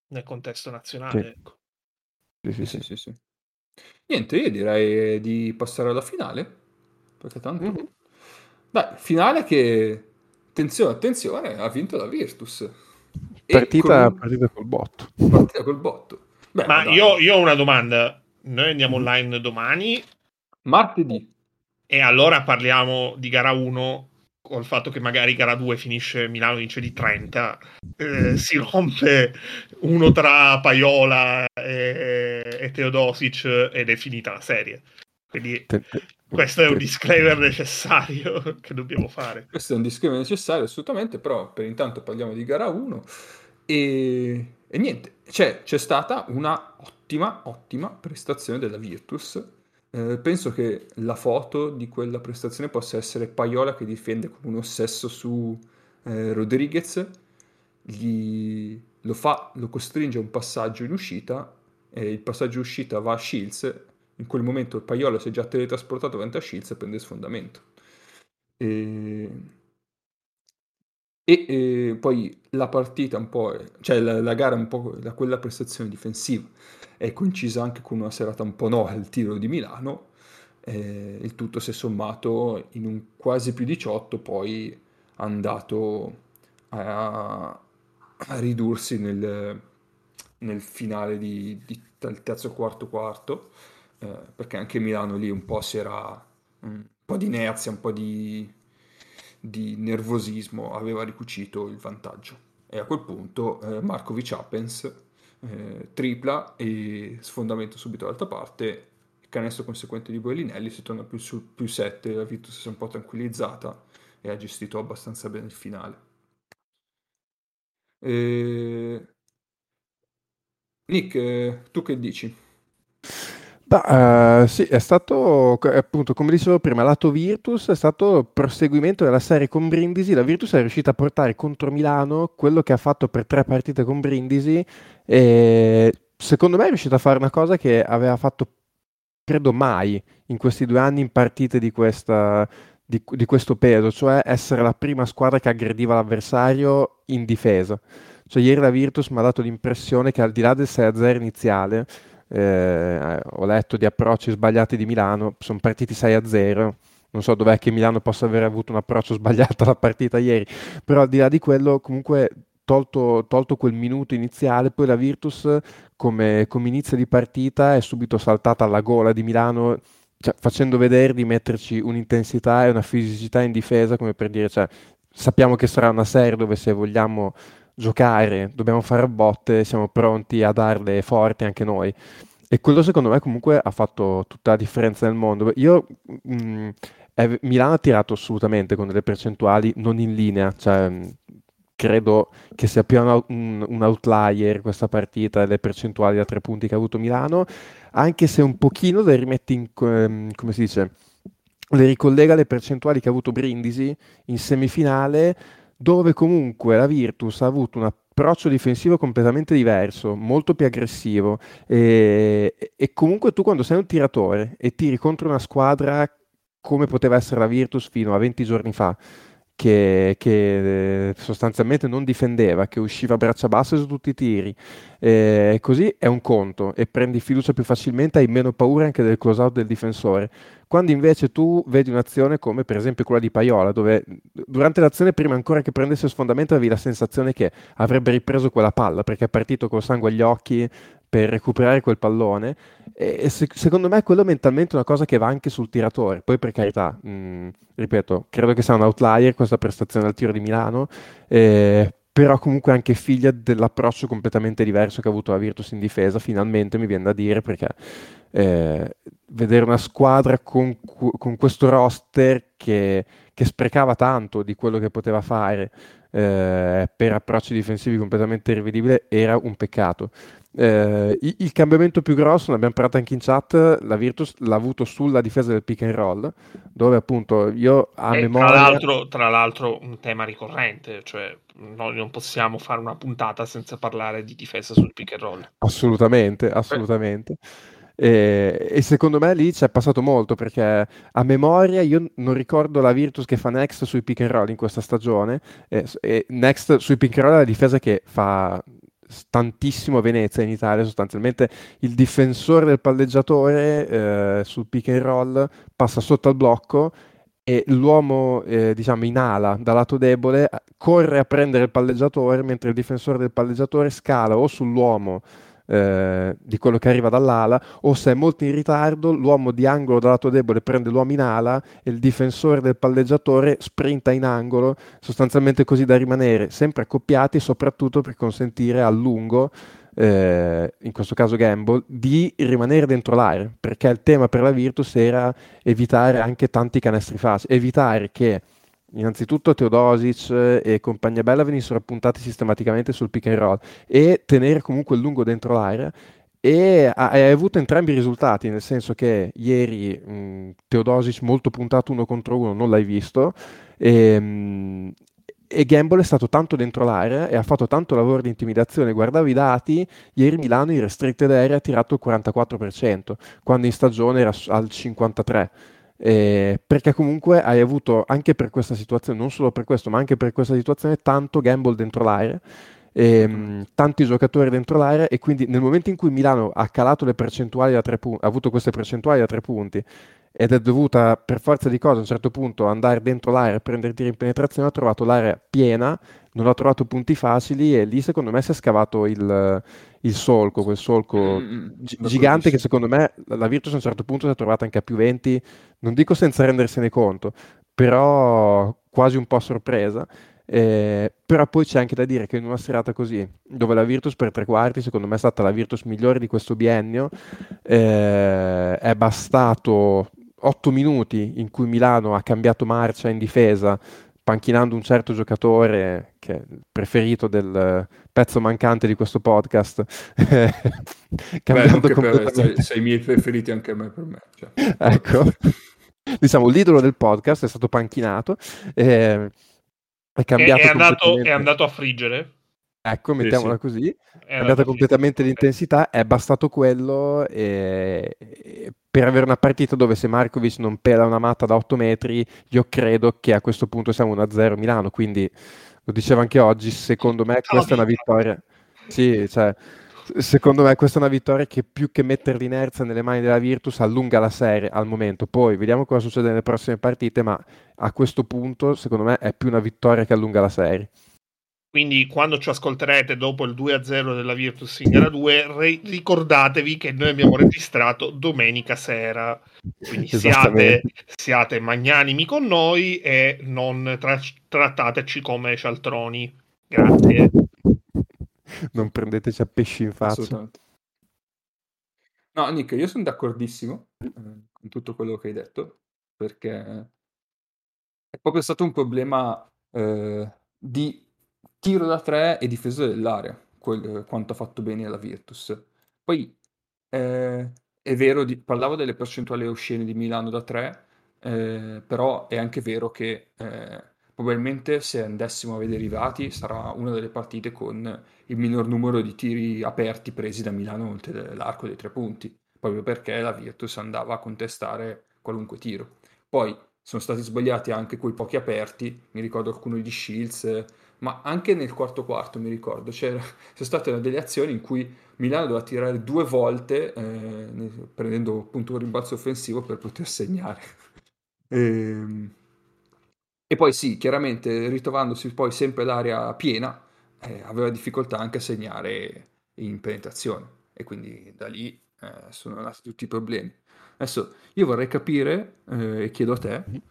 sì, nazionale. Ecco. sì, sì, Sì, sì. sì, sì, sì. Niente, io direi di passare alla finale, perché Mhm. tanto... Dai, finale che, attenzione, attenzione, ha vinto la Virtus. E con Partita, un partita col botto. partita col botto. Beh, ma Ma dai, io ho una domanda. Noi andiamo Mhm. online domani martedì. e allora parliamo di gara 1 col fatto che magari gara 2 finisce Milano vince di 30, si rompe uno tra Paiola e Teodosic ed è finita la serie. Quindi Te- te- questo è un te- disclaimer necessario che dobbiamo fare. Questo è un disclaimer necessario assolutamente, però per intanto parliamo di gara 1 e niente, c'è stata una ottima, ottima prestazione della Virtus. Penso che la foto di quella prestazione possa essere Paiola che difende come un ossesso su Rodriguez, lo costringe a un passaggio in uscita e il passaggio in uscita va a Shields. In quel momento Paiola si è già teletrasportato davanti a Shields e prende sfondamento. E, poi la partita un po', cioè la gara un po', quella prestazione difensiva è coincisa anche con una serata un po' no al tiro di Milano, il tutto si è sommato in un quasi più 18 poi andato a ridursi nel finale del terzo quarto, perché anche Milano lì un po' si era un po' di inerzia, un po' di nervosismo, aveva ricucito il vantaggio. E a quel punto Markovic Appens tripla e sfondamento subito dall'altra parte, il canestro conseguente di Boelinelli, si torna più sul più 7, la Virtus si è un po' tranquillizzata e ha gestito abbastanza bene il finale. E... Nick, tu che dici? Sì, è stato appunto, come dicevo prima, lato Virtus è stato il proseguimento della serie con Brindisi. La Virtus è riuscita a portare contro Milano quello che ha fatto per 3 partite con Brindisi e secondo me è riuscita a fare una cosa che aveva fatto, credo mai, in questi 2 anni in partite di questo peso, cioè essere la prima squadra che aggrediva l'avversario in difesa. Cioè, ieri la Virtus mi ha dato l'impressione che al di là del 6-0 iniziale, ho letto di approcci sbagliati di Milano, sono partiti 6-0. Non so dov'è che Milano possa aver avuto un approccio sbagliato alla partita ieri, però al di là di quello, comunque, tolto quel minuto iniziale, poi la Virtus, come inizio di partita, è subito saltata alla gola di Milano, cioè, facendo vedere di metterci un'intensità e una fisicità in difesa, come per dire, cioè, sappiamo che sarà una serie dove se vogliamo giocare, dobbiamo fare a botte, siamo pronti a darle forti anche noi. E quello secondo me comunque ha fatto tutta la differenza nel mondo. Milano ha tirato assolutamente con delle percentuali non in linea, cioè credo che sia più un outlier questa partita, le percentuali da 3 punti che ha avuto Milano, anche se un pochino le rimetti come si dice, le ricollega alle percentuali che ha avuto Brindisi in semifinale, dove comunque la Virtus ha avuto un approccio difensivo completamente diverso, molto più aggressivo e comunque tu quando sei un tiratore e tiri contro una squadra come poteva essere la Virtus fino a 20 giorni fa, che sostanzialmente non difendeva, che usciva a braccia basse su tutti i tiri, così è un conto e prendi fiducia più facilmente, hai meno paura anche del close out del difensore. Quando invece tu vedi un'azione come per esempio quella di Paiola, dove durante l'azione, prima ancora che prendesse il sfondamento, avevi la sensazione che avrebbe ripreso quella palla perché è partito col sangue agli occhi per recuperare quel pallone. Secondo me quello mentalmente è una cosa che va anche sul tiratore. Poi per carità, ripeto, credo che sia un outlier questa prestazione al tiro di Milano, però comunque anche figlia dell'approccio completamente diverso che ha avuto la Virtus in difesa, finalmente mi viene da dire, perché vedere una squadra con questo roster che sprecava tanto di quello che poteva fare per approcci difensivi completamente irrivedibili era un peccato. Il cambiamento più grosso, ne abbiamo parlato anche in chat, la Virtus l'ha avuto sulla difesa del pick and roll, dove appunto io a memoria... Tra l'altro un tema ricorrente, cioè noi non possiamo fare una puntata senza parlare di difesa sul pick and roll. Assolutamente, assolutamente. E secondo me lì c'è passato molto, perché a memoria io non ricordo la Virtus che fa next sui pick and roll in questa stagione, e next sui pick and roll è la difesa che fa tantissimo a Venezia in Italia. Sostanzialmente il difensore del palleggiatore sul pick and roll passa sotto al blocco e l'uomo diciamo in ala da lato debole corre a prendere il palleggiatore, mentre il difensore del palleggiatore scala o sull'uomo di quello che arriva dall'ala, o se è molto in ritardo l'uomo di angolo dal lato debole prende l'uomo in ala e il difensore del palleggiatore sprinta in angolo, sostanzialmente così da rimanere sempre accoppiati, soprattutto per consentire al lungo, in questo caso Gamble, di rimanere dentro l'area, perché il tema per la Virtus era evitare anche tanti canestri facili, evitare che innanzitutto Teodosic e compagnia bella venissero appuntati sistematicamente sul pick and roll e tenere comunque il lungo dentro l'area. E hai avuto entrambi i risultati, nel senso che ieri Teodosic molto puntato 1 contro 1 non l'hai visto, e Gamble è stato tanto dentro l'area e ha fatto tanto lavoro di intimidazione. Guardavo i dati, ieri Milano in restricted area ha tirato il 44%, quando in stagione era al 53%. Perché comunque hai avuto anche per questa situazione, non solo per questo, ma anche per questa situazione, tanto gamble dentro l'area, tanti giocatori dentro l'area, e quindi nel momento in cui Milano ha calato le percentuali da 3 punti, ha avuto queste percentuali da 3 punti ed è dovuta per forza di cose a un certo punto andare dentro l'area e prendere tiri in penetrazione, ha trovato l'area piena, non ha trovato punti facili e lì secondo me si è scavato il solco, quel solco gigante che D'accordissimo. secondo me la Virtus a un certo punto si è trovata anche a più 20, non dico senza rendersene conto, però quasi un po' sorpresa. Però poi c'è anche da dire che in una serata così, dove la Virtus per tre quarti, secondo me è stata la Virtus migliore di questo biennio, è bastato 8 minuti in cui Milano ha cambiato marcia in difesa, panchinando un certo giocatore che è il preferito del pezzo mancante di questo podcast, Beh, non cambiando che per, completamente. sei i miei preferiti anche a me, per me. Cioè, però- Ecco, diciamo l'idolo del podcast è stato panchinato, è cambiato È completamente. andato a friggere. Ecco, Sì, mettiamola sì. così, è È andato cambiata a friggere. completamente Ok. l'intensità, è bastato quello e per avere una partita dove se Markovic non pela una matta da 8 metri, io credo che a questo punto siamo 1-0 Milano, quindi lo dicevo anche oggi, secondo me Tutta la questa è una vita. vittoria. Sì, cioè, secondo me questa è una vittoria che più che mettere l'inerzia nelle mani della Virtus allunga la serie al momento. Poi vediamo cosa succede nelle prossime partite, ma a questo punto secondo me è più una vittoria che allunga la serie. Quindi quando ci ascolterete dopo il 2-0 della Virtus in gara 2, ricordatevi che noi abbiamo registrato domenica sera. Quindi Esattamente. siate magnanimi con noi e non trattateci come cialtroni. Grazie. Non prendeteci a pesci in faccia. Assolutamente. No, Nick, io sono d'accordissimo con tutto quello che hai detto, perché è proprio stato un problema di tiro da tre e difesa dell'area, quanto ha fatto bene la Virtus. Poi è vero, parlavo delle percentuali oscene di Milano da tre, però è anche vero che probabilmente se andassimo a vedere i dati sarà una delle partite con il minor numero di tiri aperti presi da Milano oltre l'arco dei tre punti, proprio perché la Virtus andava a contestare qualunque tiro. Poi sono stati sbagliati anche quei pochi aperti, mi ricordo alcuni di Shields, ma anche nel quarto quarto mi ricordo, sono state delle azioni in cui Milano doveva tirare due volte, prendendo appunto un rimbalzo offensivo per poter segnare. Ehm, E poi sì, chiaramente ritrovandosi poi sempre l'area piena, aveva difficoltà anche a segnare in penetrazione e quindi da lì sono nati tutti i problemi. Adesso io vorrei capire, e chiedo a te, Mhm.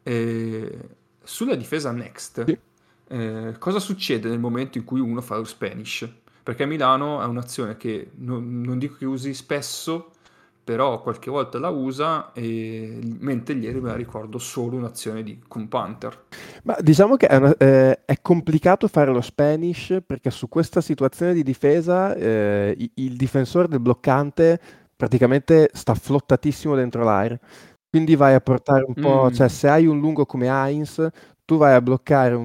eh, sulla difesa next, Sì. cosa succede nel momento in cui uno fa lo Spanish? Perché Milano è un'azione che non dico che usi spesso, però qualche volta la usa, mentre ieri me la ricordo solo un'azione con Panther. Ma diciamo che è complicato fare lo Spanish perché su questa situazione di difesa il difensore del bloccante praticamente sta flottatissimo dentro l'area. Quindi vai a portare un po', cioè Mm, se hai un lungo come Heinz, tu vai a bloccare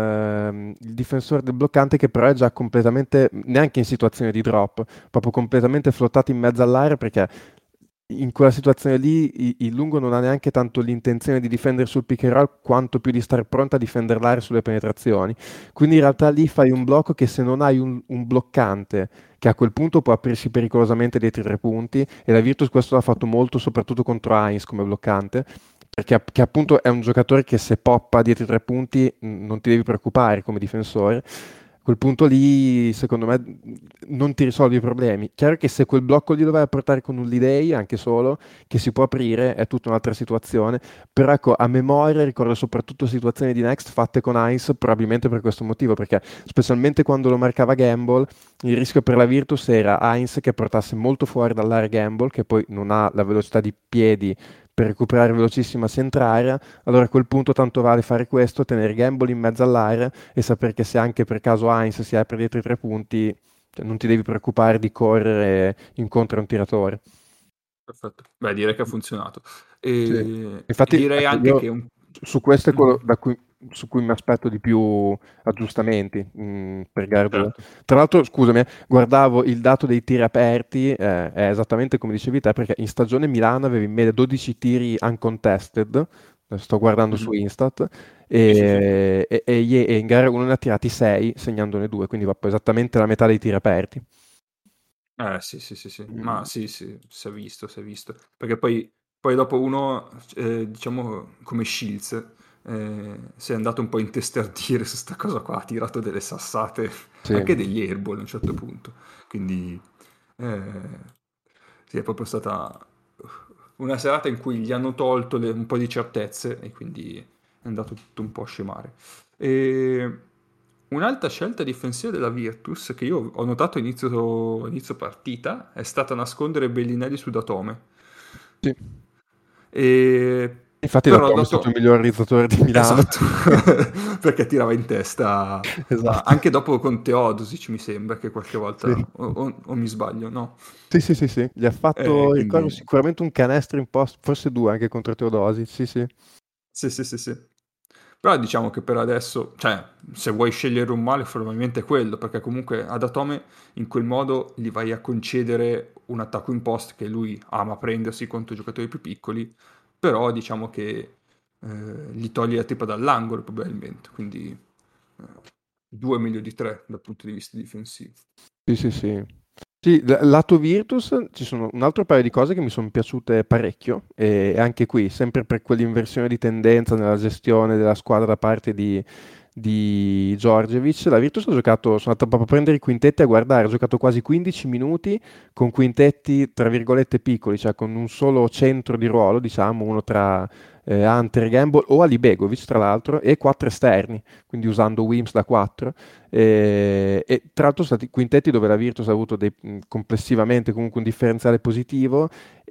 il difensore del bloccante che però è già completamente, neanche in situazione di drop, proprio completamente flottato in mezzo all'area perché in quella situazione lì il lungo non ha neanche tanto l'intenzione di difendere sul pick and roll quanto più di stare pronto a difendere l'area sulle penetrazioni. Quindi in realtà lì fai un blocco che se non hai un bloccante che a quel punto può aprirsi pericolosamente dietro i tre punti e la Virtus questo l'ha fatto molto soprattutto contro Heinz come bloccante. Perché che appunto è un giocatore che se poppa dietro i tre punti non ti devi preoccupare come difensore. A quel punto lì, secondo me, non ti risolvi i problemi. Chiaro che se quel blocco lì lo vai a portare con un lead anche solo, che si può aprire, è tutta un'altra situazione. Però ecco, a memoria ricordo soprattutto situazioni di Next fatte con Heinz, probabilmente per questo motivo, perché specialmente quando lo marcava Gamble, il rischio per la Virtus era Heinz che portasse molto fuori dall'area Gamble, che poi non ha la velocità di piedi per recuperare velocissima centrarea, allora a quel punto tanto vale fare questo, tenere Gamble in mezzo all'area e sapere che se anche per caso Heinz si apre dietro i tre punti, cioè, non ti devi preoccupare di correre incontro a un tiratore. perfetto. Beh, direi che ha funzionato. Sì. E Infatti, direi ecco, anche io che un... su questo è quello Mhm, su cui mi aspetto di più aggiustamenti per gara 2. certo. Tra l'altro, scusami, guardavo il dato dei tiri aperti, è esattamente come dicevi te, perché in stagione Milano aveva in media 12 tiri uncontested, sto guardando su Mhm. Instat, Sì, sì, sì. e in gara 1 ne ha tirati 6, segnandone 2, quindi va poi esattamente la metà dei tiri aperti. Sì, sì, sì, sì. Ma Mm. sì, sì, si è visto, si è visto. Perché poi Poi dopo uno, diciamo, come Shields, si è andato un po' a intestardire su sta cosa qua, ha tirato delle sassate, Sì. anche degli airball a un certo punto. Quindi, sì, è proprio stata una serata in cui gli hanno tolto un po' di certezze e quindi è andato tutto un po' a scemare. E un'altra scelta difensiva della Virtus che io ho notato inizio partita è stata nascondere Bellinelli su Datome. Sì. E... Infatti da Però Tom è stato il dato... miglior realizzatore di Milano. Esatto, perché tirava in testa Esatto. anche dopo con Teodosic mi sembra che qualche Sì. volta, o mi sbaglio, no? Sì, sì, sì, sì. Gli ha fatto, ricordo Quindi sicuramente un canestro in post, forse due anche contro Teodosi. Sì, sì. sì, sì, sì, sì. Però diciamo che per adesso, cioè, se vuoi scegliere un male, probabilmente è quello, perché comunque ad Atome in quel modo gli vai a concedere un attacco in post che lui ama prendersi contro i giocatori più piccoli, però diciamo che gli toglie la trippa dall'angolo probabilmente, quindi due meglio di tre dal punto di vista difensivo. Sì, sì, sì. Sì, lato Virtus ci sono un altro paio di cose che mi sono piaciute parecchio e anche qui, sempre per quell'inversione di tendenza nella gestione della squadra da parte di Djordjevic, la Virtus ha giocato, sono andato proprio a prendere i quintetti a guardare, ha giocato quasi 15 minuti con quintetti tra virgolette piccoli, cioè con un solo centro di ruolo, diciamo, uno tra Hunter, Gamble o Ali Begovic tra l'altro, e quattro esterni, quindi usando Wims da 4. E tra l'altro sono stati quintetti dove la Virtus ha avuto complessivamente comunque un differenziale positivo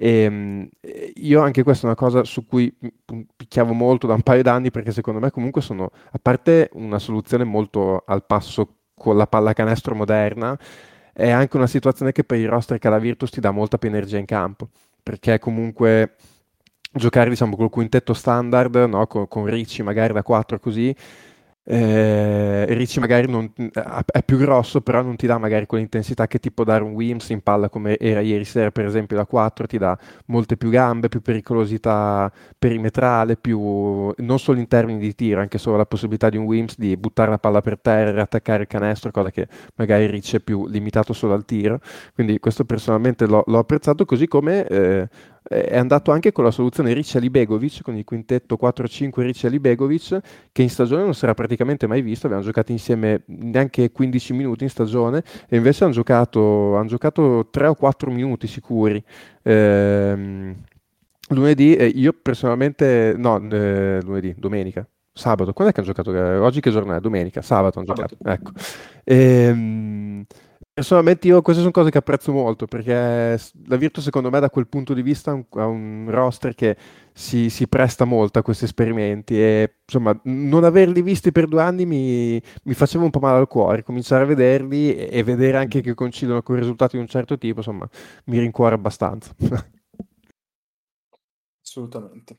e io anche questa è una cosa su cui picchiavo molto da un paio d'anni perché secondo me comunque sono, a parte una soluzione molto al passo con la pallacanestro moderna, è anche una situazione che per i roster che ha la Virtus ti dà molta più energia in campo, perché comunque giocare diciamo col quintetto standard, no? Con Ricci magari da 4 così, Ricci magari è più grosso, però non ti dà magari quell'intensità che ti può dare un Wims in palla come era ieri sera, per esempio, da 4, ti dà molte più gambe, più pericolosità perimetrale, più non solo in termini di tiro, anche solo la possibilità di un Wims di buttare la palla per terra e attaccare il canestro, cosa che magari Ricci è più limitato solo al tiro. Quindi questo personalmente l'ho apprezzato, così come è andato anche con la soluzione Ricci Alibegovic, con il quintetto 4-5 Ricci Alibegovic, che in stagione non si era praticamente mai visto, avevano giocato insieme neanche 15 minuti in stagione e invece hanno giocato 3 o 4 minuti sicuri. Lunedì, io personalmente, no, lunedì, domenica, sabato, quando è che hanno giocato? Oggi che giorno è? Domenica, sabato hanno giocato, Sabato. ecco. Personalmente io queste sono cose che apprezzo molto perché la Virtus secondo me da quel punto di vista ha un roster che si presta molto a questi esperimenti e insomma non averli visti per 2 anni mi faceva un po' male al cuore, cominciare a vederli e vedere anche che coincidono con risultati di un certo tipo, insomma mi rincuora abbastanza. Assolutamente.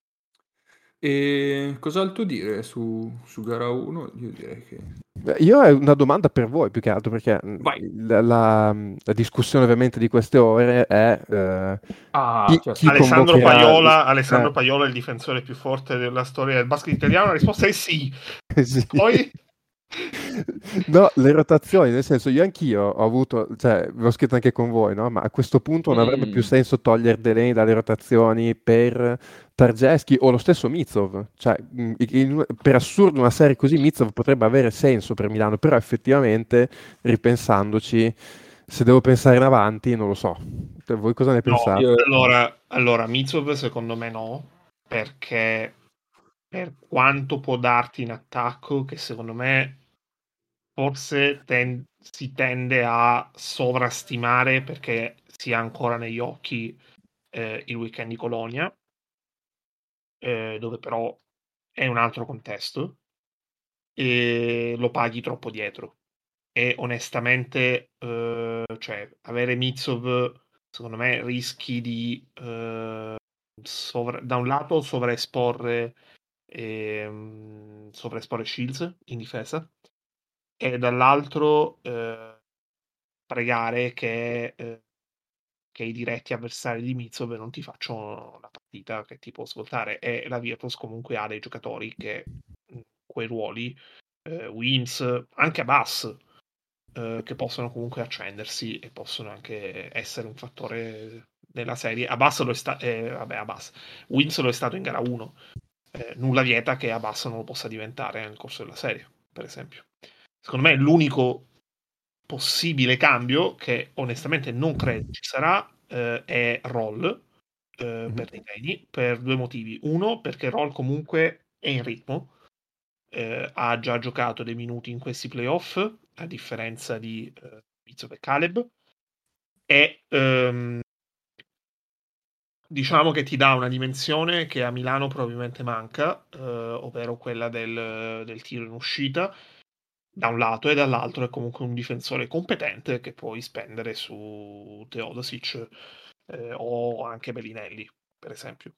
E cos'altro dire su gara 1? Io direi che... Beh, io ho una domanda per voi più che altro perché Vai. la discussione ovviamente di queste ore è Ah, certo. chi convocherà... Alessandro Paiola è il difensore più forte della storia del basket italiano. La risposta è sì. Sì. Poi No, le rotazioni, nel senso io anch'io ho avuto, cioè, l'ho scritto anche con voi, no? Ma a questo punto non avrebbe più Mm. senso togliere Delaney dalle rotazioni per Targeschi o lo stesso Mitsov. Cioè, per assurdo una serie così Mitsov potrebbe avere senso per Milano, però effettivamente, ripensandoci, se devo pensare in avanti, non lo so. Cioè, voi cosa ne no, pensate? allora Mitsov secondo me no, perché per quanto può darti in attacco, che secondo me forse si tende a sovrastimare perché si ha ancora negli occhi il weekend di Colonia, dove però è un altro contesto e lo paghi troppo dietro. E onestamente, cioè, avere Mitsov, secondo me, rischi di da un lato sovraesporre Shields in difesa e dall'altro pregare che i diretti avversari di Mitsov non ti facciano la partita che ti può svoltare. E la Virtus comunque ha dei giocatori che quei ruoli, Wims, anche a Bass, che possono comunque accendersi e possono anche essere un fattore nella serie. Abbas lo è stato, Wins lo è stato in gara 1. Nulla vieta che Abbas non lo possa diventare nel corso della serie, per esempio. Secondo me l'unico possibile cambio, che onestamente non credo ci sarà, è Roll per Delaney, per due motivi. Uno, perché Roll comunque è in ritmo, ha già giocato dei minuti in questi playoff, a differenza di Izzo e Caleb, e diciamo che ti dà una dimensione che a Milano probabilmente manca, ovvero quella del tiro in uscita, da un lato, e dall'altro è comunque un difensore competente che puoi spendere su Teodosic o anche Bellinelli, per esempio.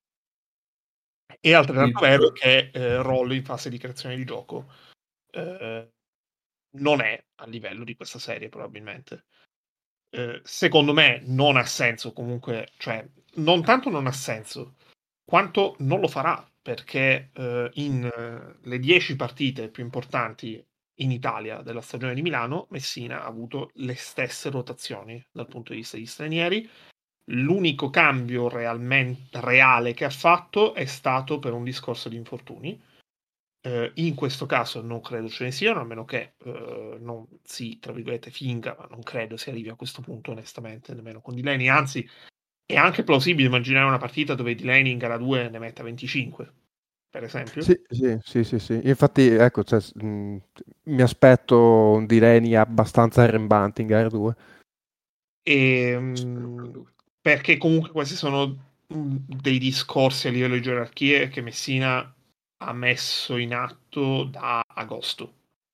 E altrettanto Il vero pro- che Roll in fase di creazione di gioco eh, non è a livello di questa serie, probabilmente. Secondo me non ha senso comunque, cioè non tanto non ha senso, quanto non lo farà, perché in le 10 partite più importanti in Italia della stagione di Milano, Messina ha avuto le stesse rotazioni dal punto di vista degli stranieri. L'unico cambio reale che ha fatto è stato per un discorso di infortuni. In questo caso non credo ce ne siano, a meno che non si, tra virgolette, finga, ma non credo si arrivi a questo punto, onestamente, nemmeno con Delaney. Anzi, è anche plausibile immaginare una partita dove Delaney in gara 2 ne metta 25, per esempio. Sì, sì, sì, sì, sì. Infatti, ecco, cioè, mi aspetto un Delaney abbastanza arrembante in gara 2. spero per lui. Perché comunque questi sono dei discorsi a livello di gerarchie che Messina ha messo in atto da agosto.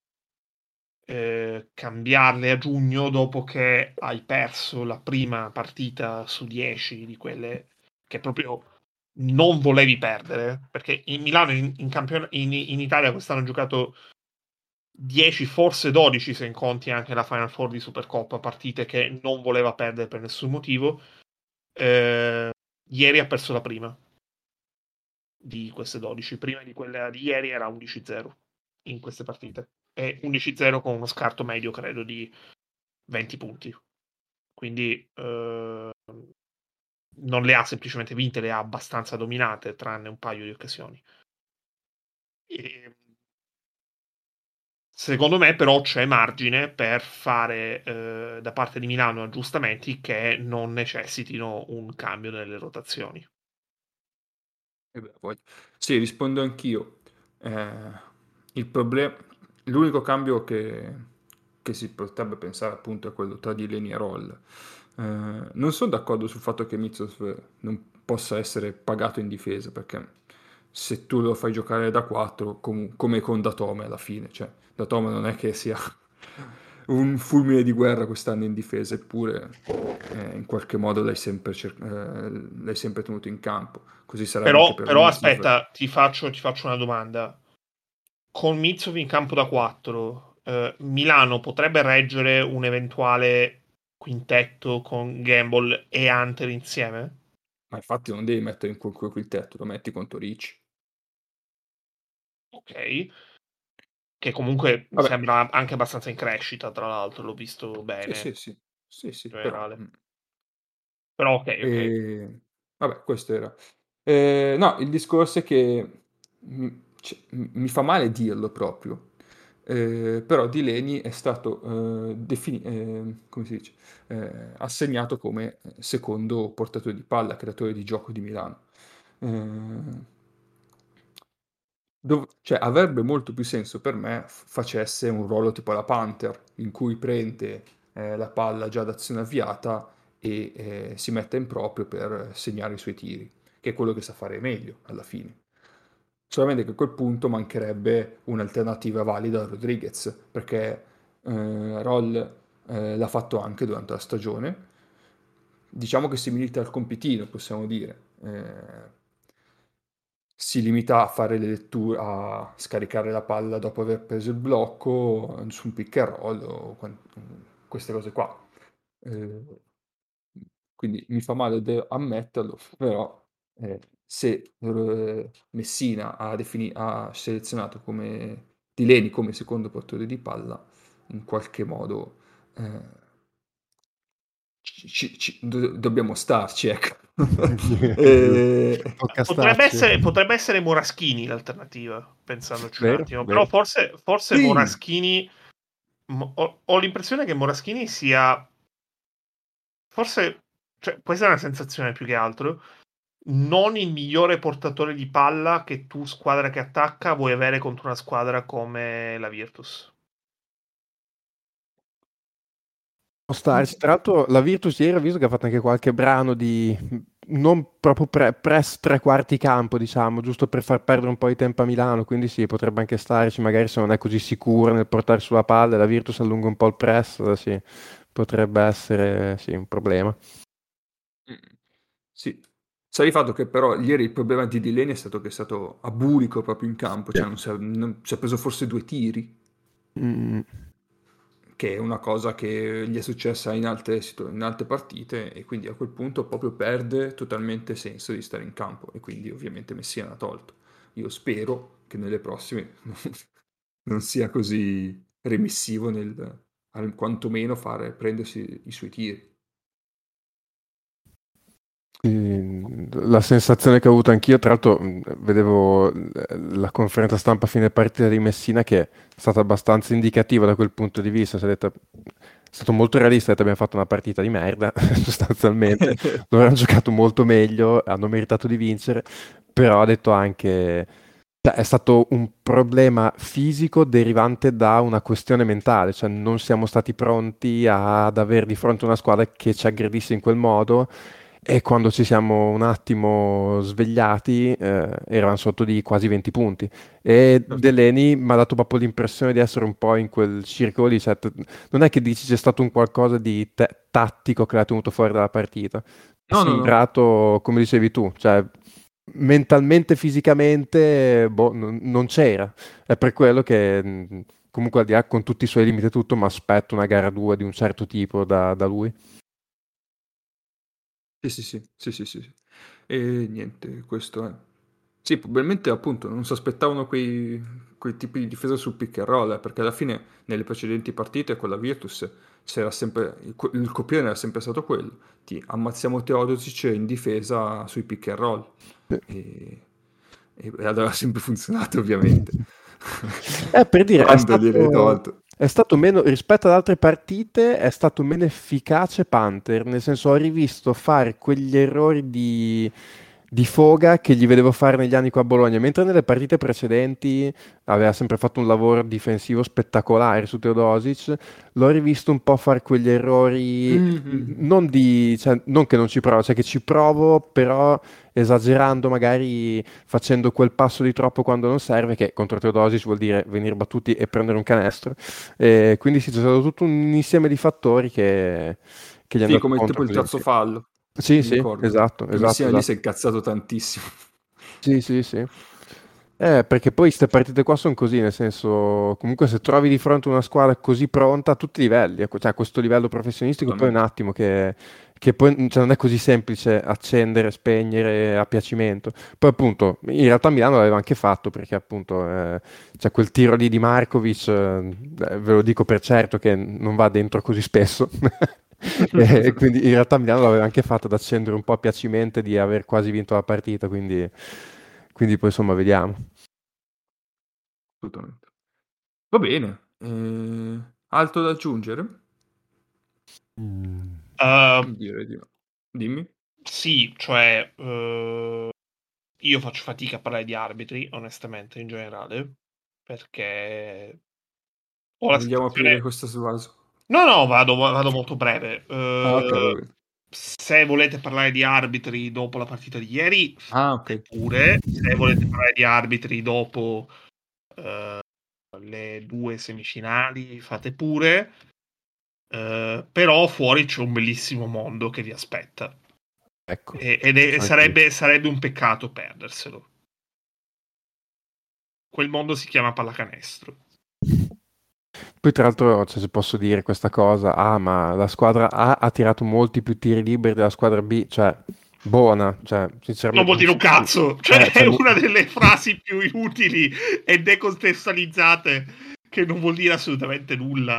Cambiarle a giugno dopo che hai perso la prima partita su 10 di quelle che proprio non volevi perdere, perché in Milano in Italia quest'anno ha giocato 10, forse 12 se conti anche la Final Four di Supercoppa, partite che non voleva perdere per nessun motivo. Ieri ha perso la prima di queste 12, prima di quella di ieri era 11-0 in queste partite, e 11-0 con uno scarto medio credo di 20 punti, quindi non le ha semplicemente vinte, le ha abbastanza dominate tranne un paio di occasioni. E, secondo me però c'è margine per fare da parte di Milano aggiustamenti che non necessitino un cambio nelle rotazioni. Sì, rispondo anch'io. Il problema, l'unico cambio che si potrebbe pensare appunto è quello tra Delaney e Roll. Non sono d'accordo sul fatto che Mitsov non possa essere pagato in difesa, perché se tu lo fai giocare da 4, come con Datome alla fine, cioè Datome non è che sia un fulmine di guerra quest'anno in difesa, eppure in qualche modo l'hai sempre tenuto in campo. Così sarà anche per Però Mitsov. aspetta, ti faccio una domanda. Con Mitsov in campo da 4, Milano potrebbe reggere un eventuale quintetto con Gamble e Hunter insieme? Ma infatti non devi mettere in quel quintetto, lo metti contro Ricci. Ok, che comunque mi Vabbè, sembra anche abbastanza in crescita, tra l'altro, l'ho visto sì, bene sì, sì, sì, sì, in però... generale. Però ok, ok. Vabbè, questo era. No, il discorso è che mi fa male dirlo proprio, però Delaney è stato come si dice? Assegnato come secondo portatore di palla, creatore di gioco di Milano. Eh, cioè, avrebbe molto più senso per me facesse un ruolo tipo la Panther, in cui prende la palla già d'azione avviata e si mette in proprio per segnare i suoi tiri, che è quello che sa fare meglio alla fine. Solamente che a quel punto mancherebbe un'alternativa valida a Rodriguez, perché Roll l'ha fatto anche durante la stagione. Diciamo che si milita al compitino, possiamo dire. Si limita a fare le letture, a scaricare la palla dopo aver preso il blocco su un pick and roll o queste cose qua. Eh, quindi mi fa male ammetterlo, però se Messina ha selezionato come Delaney come secondo portatore di palla, in qualche modo dobbiamo starci, ecco. Tocca Potrebbe starci. essere Moraschini l'alternativa, pensandoci un Vero, attimo. vero. Però forse Sì. Moraschini... Ho l'impressione che Moraschini sia... Forse... Cioè, questa è una sensazione più che altro. Non il migliore portatore di palla che tu, squadra che attacca, vuoi avere contro una squadra come la Virtus. Può starci. Tra l'altro la Virtus ieri ho visto che ha fatto anche qualche brano di non proprio press tre quarti campo, diciamo, giusto per far perdere un po' di tempo a Milano, quindi sì, potrebbe anche starci, magari se non è così sicura nel portare sulla palla, la Virtus allunga un po' il press, sì, potrebbe essere sì, un problema. Sì. Sta di fatto che però ieri il problema di Delaney è stato che è stato abulico proprio in campo, cioè si è preso forse 2 tiri, Mm. che è una cosa che gli è successa in altre partite, e quindi a quel punto proprio perde totalmente senso di stare in campo, e quindi ovviamente Messina l'ha tolto. Io spero che nelle prossime non sia così remissivo quantomeno prendersi i suoi tiri. La sensazione che ho avuto anch'io, tra l'altro, vedevo la conferenza stampa a fine partita di Messina che è stata abbastanza indicativa da quel punto di vista. Si è detto, è stato molto realista, ha detto abbiamo fatto una partita di merda, sostanzialmente. Loro hanno giocato molto meglio, hanno meritato di vincere, però ha detto anche cioè, è stato un problema fisico derivante da una questione mentale, cioè non siamo stati pronti ad avere di fronte una squadra che ci aggredisse in quel modo e quando ci siamo un attimo svegliati, eravamo sotto di quasi 20 punti. E Delaney mi ha dato proprio l'impressione di essere un po' in quel circolo lì. Cioè, non è che dici c'è stato un qualcosa di tattico che l'ha tenuto fuori dalla partita. È No, no, no. sembrato, come dicevi tu, cioè mentalmente, fisicamente, boh, non c'era. È per quello che comunque al di là con tutti i suoi limiti e tutto, mi aspetto una gara 2 di un certo tipo da lui. Sì. E niente, questo è. Sì, probabilmente appunto non si aspettavano quei tipi di difesa sul pick and roll, perché alla fine nelle precedenti partite con la Virtus c'era sempre, il copione era sempre stato quello: ti ammazziamo Teodosic in difesa sui pick and roll. E, e aveva sempre funzionato, ovviamente. Per dire, Quando gliel'hai tolto. è stato meno, rispetto ad altre partite, è stato meno efficace Panther, nel senso ho rivisto fare quegli errori di foga che gli vedevo fare negli anni qua a Bologna, mentre nelle partite precedenti aveva sempre fatto un lavoro difensivo spettacolare su Teodosic, l'ho rivisto un po' fare quegli errori, Mhm. cioè, non che non ci provo, cioè che ci provo, però esagerando, magari facendo quel passo di troppo quando non serve, che contro Teodosic vuol dire venire battuti e prendere un canestro. E quindi sì, c'è stato tutto un insieme di fattori che gli è Sì, andato come tipo contro il così. terzo Sì, fallo, sì, mi sì, ricordo. esatto, Che esatto, Messina lì si esatto. è incazzato tantissimo. Sì, sì, sì. Perché poi queste partite qua sono così, nel senso, comunque se trovi di fronte una squadra così pronta a tutti i livelli, cioè a questo livello professionistico, poi un Assolutamente. attimo che poi cioè, non è così semplice accendere, spegnere a piacimento. Poi appunto, in realtà Milano l'aveva anche fatto, perché appunto c'è quel tiro lì di Markovic, ve lo dico per certo che non va dentro così spesso. E quindi in realtà Milano l'aveva anche fatto ad accendere un po' a piacimento di aver quasi vinto la partita, quindi poi insomma vediamo. Assolutamente. Va bene. Altro da aggiungere? Mm. Direi di no. Dimmi. Sì, cioè, io faccio fatica a parlare di arbitri, onestamente, in generale, perché ho la Vogliamo aprire sensazione... questo svaso? No, vado molto breve. Ah, ok, va bene. Se volete parlare di arbitri dopo la partita di ieri, Ah, fate ok. pure. Se volete parlare di arbitri dopo le 2 semifinali, fate pure. Però fuori c'è un bellissimo mondo che vi aspetta. Ecco, anche Sarebbe un peccato perderselo. Quel mondo si chiama pallacanestro. poi tra l'altro, cioè, se posso dire questa cosa, ma la squadra A ha tirato molti più tiri liberi della squadra B, cioè buona, cioè Non sinceramente vuol dire un cazzo, cioè è cioè, una delle frasi più inutili e decontestualizzate che non vuol dire assolutamente nulla.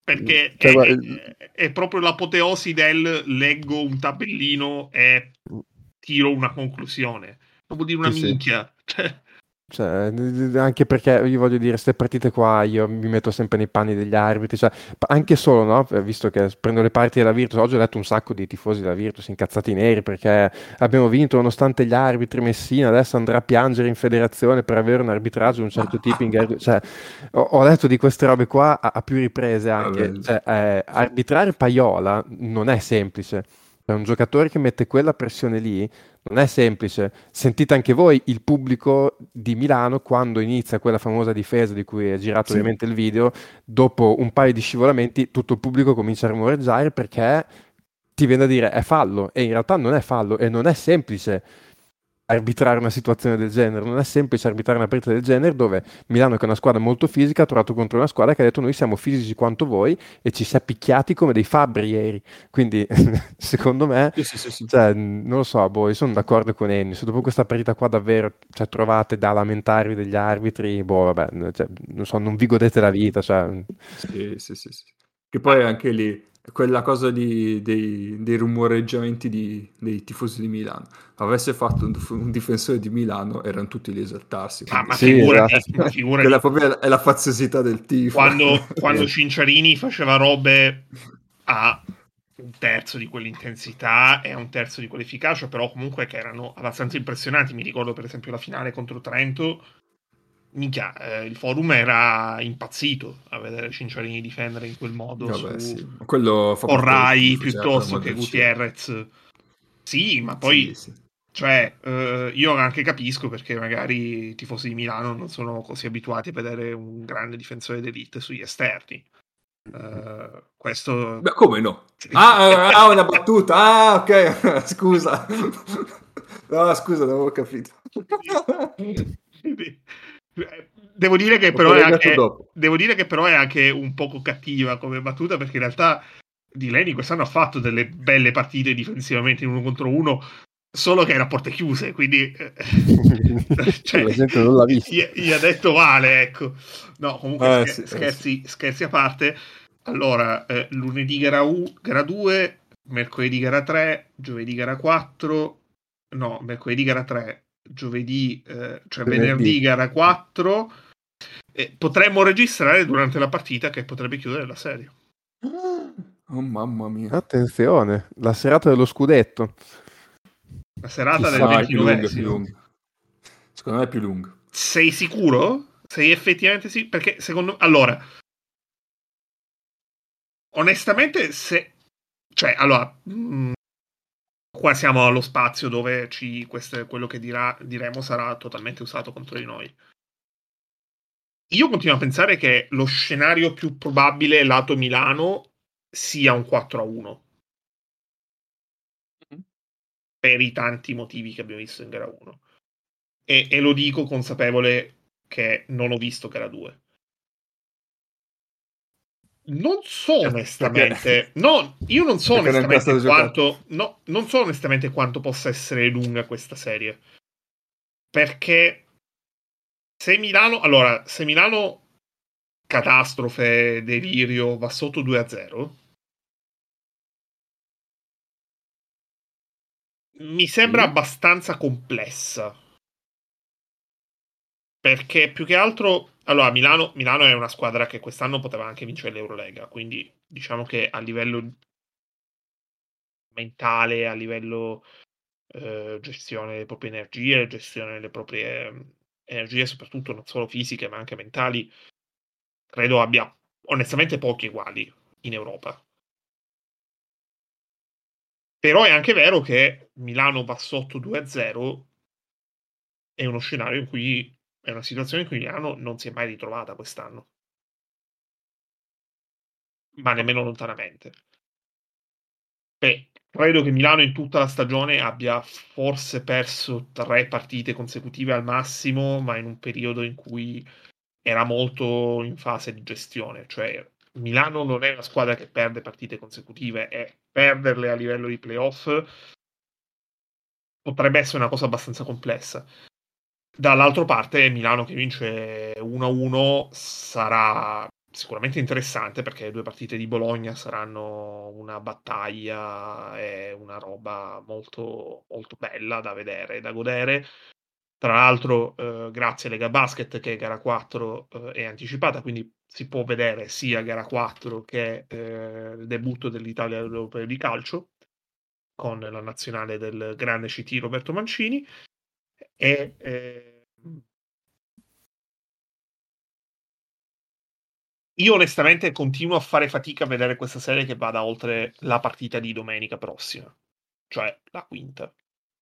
perché Cioè, è proprio l'apoteosi del leggo un tabellino e tiro una conclusione. Non vuol dire una sì. minchia. Cioè, anche perché io voglio dire, queste partite qua io mi metto sempre nei panni degli arbitri, cioè, anche solo, no? Visto che prendo le parti della Virtus, oggi ho letto un sacco di tifosi della Virtus incazzati neri perché abbiamo vinto nonostante gli arbitri. Messina adesso andrà a piangere in federazione per avere un arbitraggio di un certo tipo in gara. Cioè, ho letto di queste robe qua a più riprese anche. Vabbè. Cioè, arbitrare Paiola non è semplice. È un giocatore che mette quella pressione lì. Non è semplice. Sentite anche voi il pubblico di Milano quando inizia quella famosa difesa di cui è girato Sì. ovviamente il video. Dopo un paio di scivolamenti, tutto il pubblico comincia a rumoreggiare perché ti viene a dire è fallo e in realtà non è fallo e non è semplice arbitrare una situazione del genere. Non è semplice arbitrare una partita del genere dove Milano, che è una squadra molto fisica, ha trovato contro una squadra che ha detto noi siamo fisici quanto voi e ci si è picchiati come dei fabbri ieri. Quindi, secondo me, Sì. cioè, non lo so, boh, io sono d'accordo con Ennio. Se dopo questa partita qua davvero cioè, trovate da lamentarvi degli arbitri, boh, vabbè, cioè, non so, non vi godete la vita. Cioè. Sì. Che poi anche lì, quella cosa dei rumoreggiamenti dei tifosi di Milano. Avesse fatto un difensore di Milano, erano tutti lì a esaltarsi. Ma Sì, figurati, esatto. ma figurati. Quella proprio è la faziosità del tifo. Quando Cinciarini faceva robe a un terzo di quell'intensità e a un terzo di quell'efficacia, però comunque che erano abbastanza impressionanti. Mi ricordo per esempio la finale contro Trento. Minchia, il forum era impazzito a vedere Cinciarini difendere in quel modo Vabbè, su sì. Quello fa parte del Orrai tifo, cioè, per piuttosto amor che del cielo. Gutierrez. Sì, ma Sì, poi, sì. cioè, io anche capisco perché magari i tifosi di Milano non sono così abituati a vedere un grande difensore d'elite sugli esterni. Questo... Beh, come no? Una battuta. Ah, ok. Scusa. No, scusa, non avevo capito. Devo dire che Ho però è collegato anche, dopo. devo dire che però è anche un poco cattiva come battuta, perché in realtà Di Leni quest'anno ha fatto delle belle partite difensivamente in 1 contro 1, solo che era a porte chiuse, quindi cioè, La gente non l'ha visto. gli ha detto male, ecco. No, comunque Sì. scherzi a parte. Allora, lunedì gara 2, mercoledì gara 3, giovedì gara 4, no, mercoledì gara 3, giovedì, cioè venerdì gara 4. Potremmo registrare durante la partita che potrebbe chiudere la serie. Oh, mamma mia. Attenzione, la serata dello scudetto. La serata del Chissà. No, è più lunga, è più 29esimo. lunga. Secondo me è più lunga. Sei sicuro? Sei effettivamente sì? Perché secondo... Allora, onestamente, se... Cioè, allora... qua siamo allo spazio dove quello che diremo sarà totalmente usato contro di noi. Io continuo a pensare che lo scenario più probabile lato Milano sia un 4-1. Per i tanti motivi che abbiamo visto in gara 1. E lo dico consapevole che non ho visto gara 2. Non so onestamente, no, io non so Perché non è ancora onestamente stato giocato. quanto, no, non so onestamente quanto possa essere lunga questa serie. Perché se Milano catastrofe, delirio, va sotto 2-0, mi sembra Sì. abbastanza complessa. Perché più che altro, allora, Milano è una squadra che quest'anno poteva anche vincere l'Eurolega, quindi diciamo che a livello mentale, a livello gestione delle proprie energie, gestione delle proprie energie, soprattutto non solo fisiche, ma anche mentali, credo abbia onestamente pochi uguali in Europa. Però è anche vero che Milano va sotto 2-0, è uno scenario in cui è una situazione in cui Milano non si è mai ritrovata quest'anno, ma nemmeno lontanamente. Credo che Milano in tutta la stagione abbia forse perso 3 partite consecutive al massimo, ma in un periodo in cui era molto in fase di gestione. Cioè, Milano non è una squadra che perde partite consecutive, e perderle a livello di playoff potrebbe essere una cosa abbastanza complessa. Dall'altra parte, Milano che vince 1-1 sarà sicuramente interessante, perché le 2 partite di Bologna saranno una battaglia e una roba molto, molto bella da vedere, da godere. Tra l'altro, grazie a Lega Basket, che gara 4 è anticipata, quindi si può vedere sia gara 4 che il debutto dell'Italia all'Europeo di calcio con la nazionale del grande CT Roberto Mancini. E io onestamente continuo a fare fatica a vedere questa serie che vada oltre la partita di domenica prossima, cioè la quinta.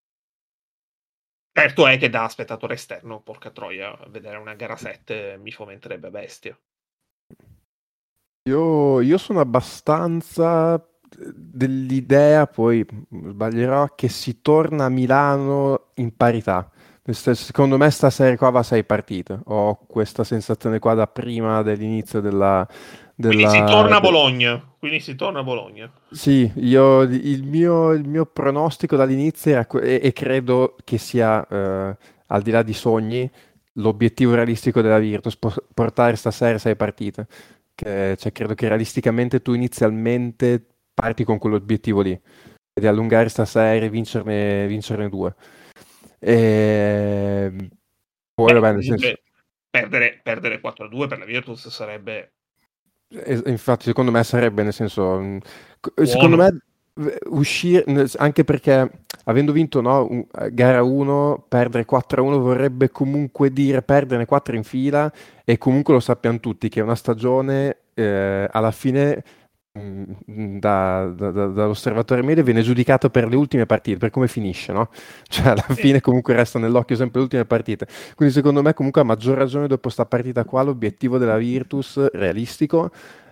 Certo è che da spettatore esterno, porca troia, vedere una gara 7 mi fomenterebbe a bestia. Io sono abbastanza dell'idea, poi sbaglierò, che si torna a Milano in parità. Secondo me sta serie qua va a 6 partite. Ho questa sensazione qua da prima dell'inizio Quindi si torna a de- Bologna. Quindi si torna a Bologna. Sì, il mio pronostico dall'inizio era e credo che sia, al di là di sogni, l'obiettivo realistico della Virtus, portare stasera a 6 partite. Cioè, credo che realisticamente tu inizialmente parti con quell'obiettivo lì, di allungare sta serie e vincerne 2. E poi, vabbè, nel senso, Comunque perdere 4-2 per la Virtus sarebbe infatti, secondo me sarebbe, nel senso, secondo buono. me uscire, anche perché avendo vinto no, gara 1, perdere 4-1 vorrebbe comunque dire perderne 4 in fila e comunque lo sappiamo tutti che una stagione alla fine dall'osservatore medio viene giudicato per le ultime partite, per come finisce, no? Cioè alla Sì. fine comunque resta nell'occhio sempre le ultime partite. Quindi secondo me comunque a maggior ragione dopo sta partita qua l'obiettivo della Virtus realistico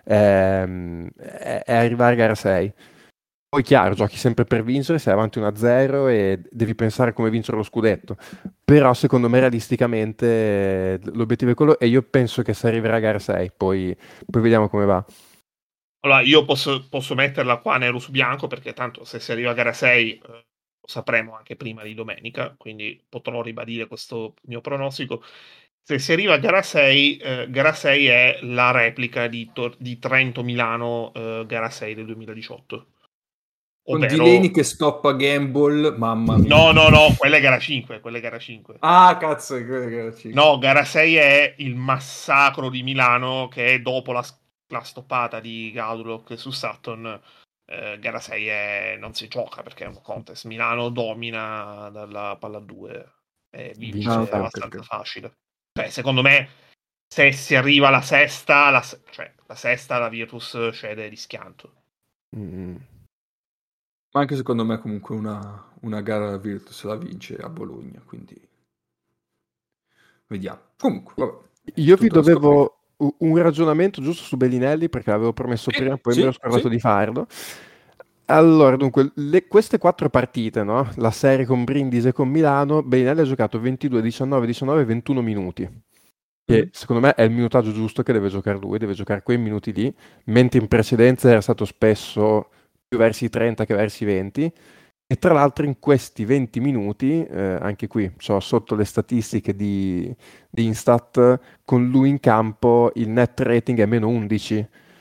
è arrivare a gara 6. Poi chiaro, giochi sempre per vincere, sei avanti 1-0 e devi pensare a come vincere lo scudetto. Però secondo me realisticamente l'obiettivo è quello e io penso che si arriverà a gara 6, poi vediamo come va. Allora, io posso metterla qua nero su bianco, perché tanto se si arriva a gara 6 lo sapremo anche prima di domenica, quindi potrò ribadire questo mio pronostico. Se si arriva a gara 6 è la replica di Trento-Milano, gara 6 del 2018. Con Ovvero, Delaney che stoppa Gamble, mamma mia. no, quella è gara 5, quella è gara 5. Ah, cazzo, credo che era 5. No, gara 6 è il massacro di Milano, che è dopo la stoppata di Gaudrock su Sutton. Gara 6 non si gioca perché è un contest. Milano domina dalla palla 2 e Vince Ah, vince ok, sempre. ok, abbastanza ok. facile. Cioè, secondo me, se si arriva alla sesta, la sesta la Virtus scende di schianto. Mm. Ma anche secondo me comunque una gara la Virtus la vince a Bologna, quindi vediamo. Comunque, vabbè, Io vi tutto da scoprire. dovevo un ragionamento giusto su Bellinelli perché l'avevo promesso prima, poi mi ero Sì, scordato sì. di farlo. Allora, dunque, queste 4 partite, no? La serie con Brindisi e con Milano, Bellinelli ha giocato 22, 19, 19 e 21 minuti. Che Mhm. secondo me è il minutaggio giusto che deve giocare lui, deve giocare quei minuti lì, mentre in precedenza era stato spesso più verso i 30 che verso i 20. E tra l'altro in questi 20 minuti, anche qui ho sotto le statistiche di Instat, con lui in campo il net rating è meno 11.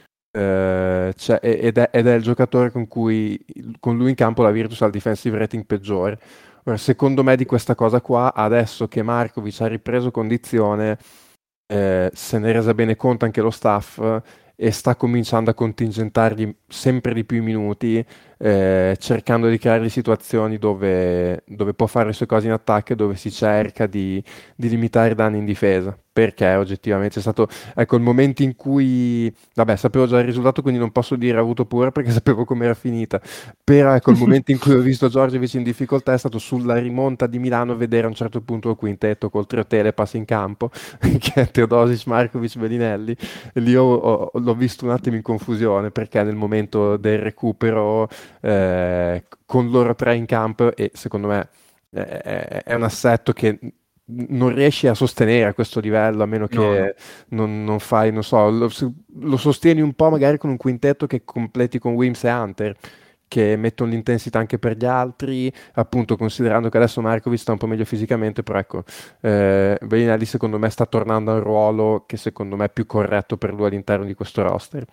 Ed è il giocatore con lui in campo la Virtus ha il defensive rating peggiore. Ora, secondo me di questa cosa qua, adesso che Markovic ha ripreso condizione, se ne è resa bene conto anche lo staff e sta cominciando a contingentargli sempre di più i minuti, cercando di creare situazioni dove può fare le sue cose in attacco e dove si cerca di limitare i danni in difesa. Perché oggettivamente è stato, ecco, il momento in cui, vabbè, sapevo già il risultato, quindi non posso dire avuto pure perché sapevo com'era finita. Però ecco, il momento in cui ho visto Giorgiovic in difficoltà è stato sulla rimonta di Milano vedere a un certo punto il quintetto col trio Telepass in campo, che è Teodosic, Markovic, Bellinelli. E lì l'ho visto un attimo in confusione perché nel momento del recupero con loro tre in campo e secondo me è un assetto che non riesci a sostenere a questo livello a meno No, no. che non fai, non so, lo sostieni un po' magari con un quintetto che completi con Wims e Hunter, che mettono l'intensità anche per gli altri, appunto considerando che adesso Markovic sta un po' meglio fisicamente, però ecco, Bellinelli secondo me sta tornando a un ruolo che secondo me è più corretto per lui all'interno di questo roster.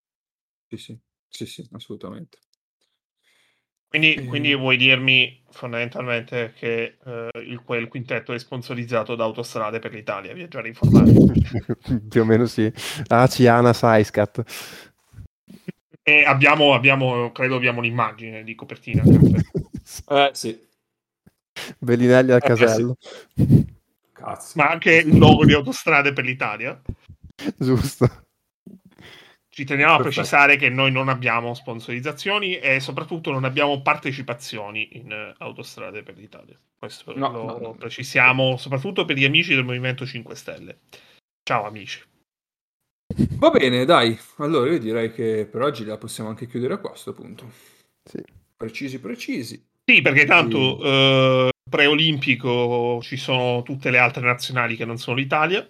Sì, assolutamente. Quindi vuoi dirmi fondamentalmente che quel quintetto è sponsorizzato da Autostrade per l'Italia, viaggiare informati. Più o meno sì. Ciana, Saiscat. E credo abbiamo l'immagine di copertina. Sì. Bellinelli al Sì. casello. Cazzo. Ma anche il logo di Autostrade per l'Italia. Giusto. Ci teniamo a Perfetto. precisare che noi non abbiamo sponsorizzazioni e soprattutto non abbiamo partecipazioni in Autostrade per l'Italia. Questo No. precisiamo soprattutto per gli amici del Movimento 5 Stelle. Ciao amici. Va bene, dai. Allora io direi che per oggi la possiamo anche chiudere a questo punto. Sì. Precisi. Sì, perché tanto E- preolimpico ci sono tutte le altre nazionali che non sono l'Italia.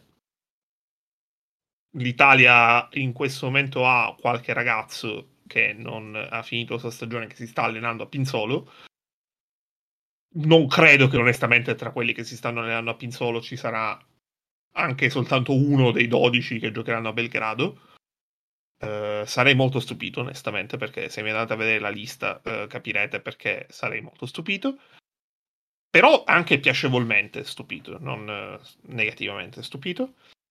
L'Italia in questo momento ha qualche ragazzo che non ha finito la sua stagione, che si sta allenando a Pinzolo. Non credo che onestamente tra quelli che si stanno allenando a Pinzolo ci sarà anche soltanto uno dei 12 che giocheranno a Belgrado. Sarei molto stupito onestamente, perché se mi andate a vedere la lista capirete perché sarei molto stupito. Però anche piacevolmente stupito, non negativamente stupito.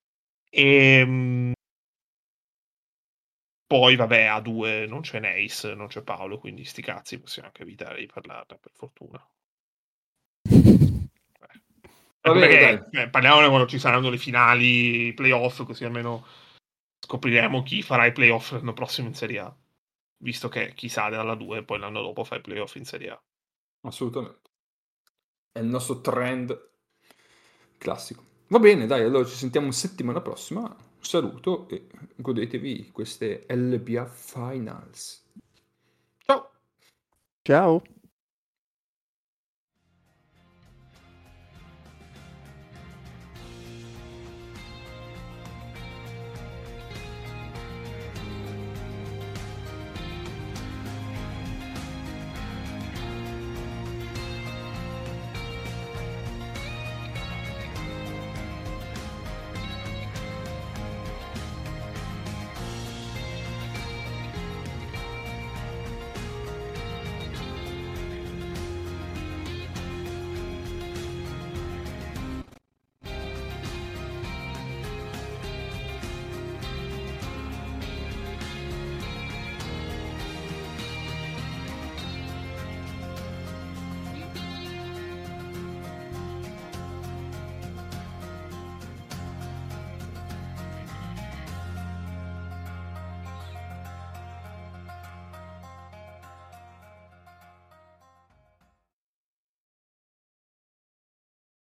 E poi, vabbè, a due non c'è Neis, non c'è Paolo, quindi sti cazzi possiamo anche evitare di parlarne, per fortuna. Va Anche bene, dai. perché parliamone quando ci saranno le finali, i playoff, così almeno scopriremo chi farà i playoff l'anno prossimo in Serie A. Visto che chi sale dalla 2 poi l'anno dopo fa i playoff in Serie A. Assolutamente. È il nostro trend classico. Va bene, dai, allora ci sentiamo settimana prossima. Un saluto e godetevi queste LBA Finals. Ciao! Ciao.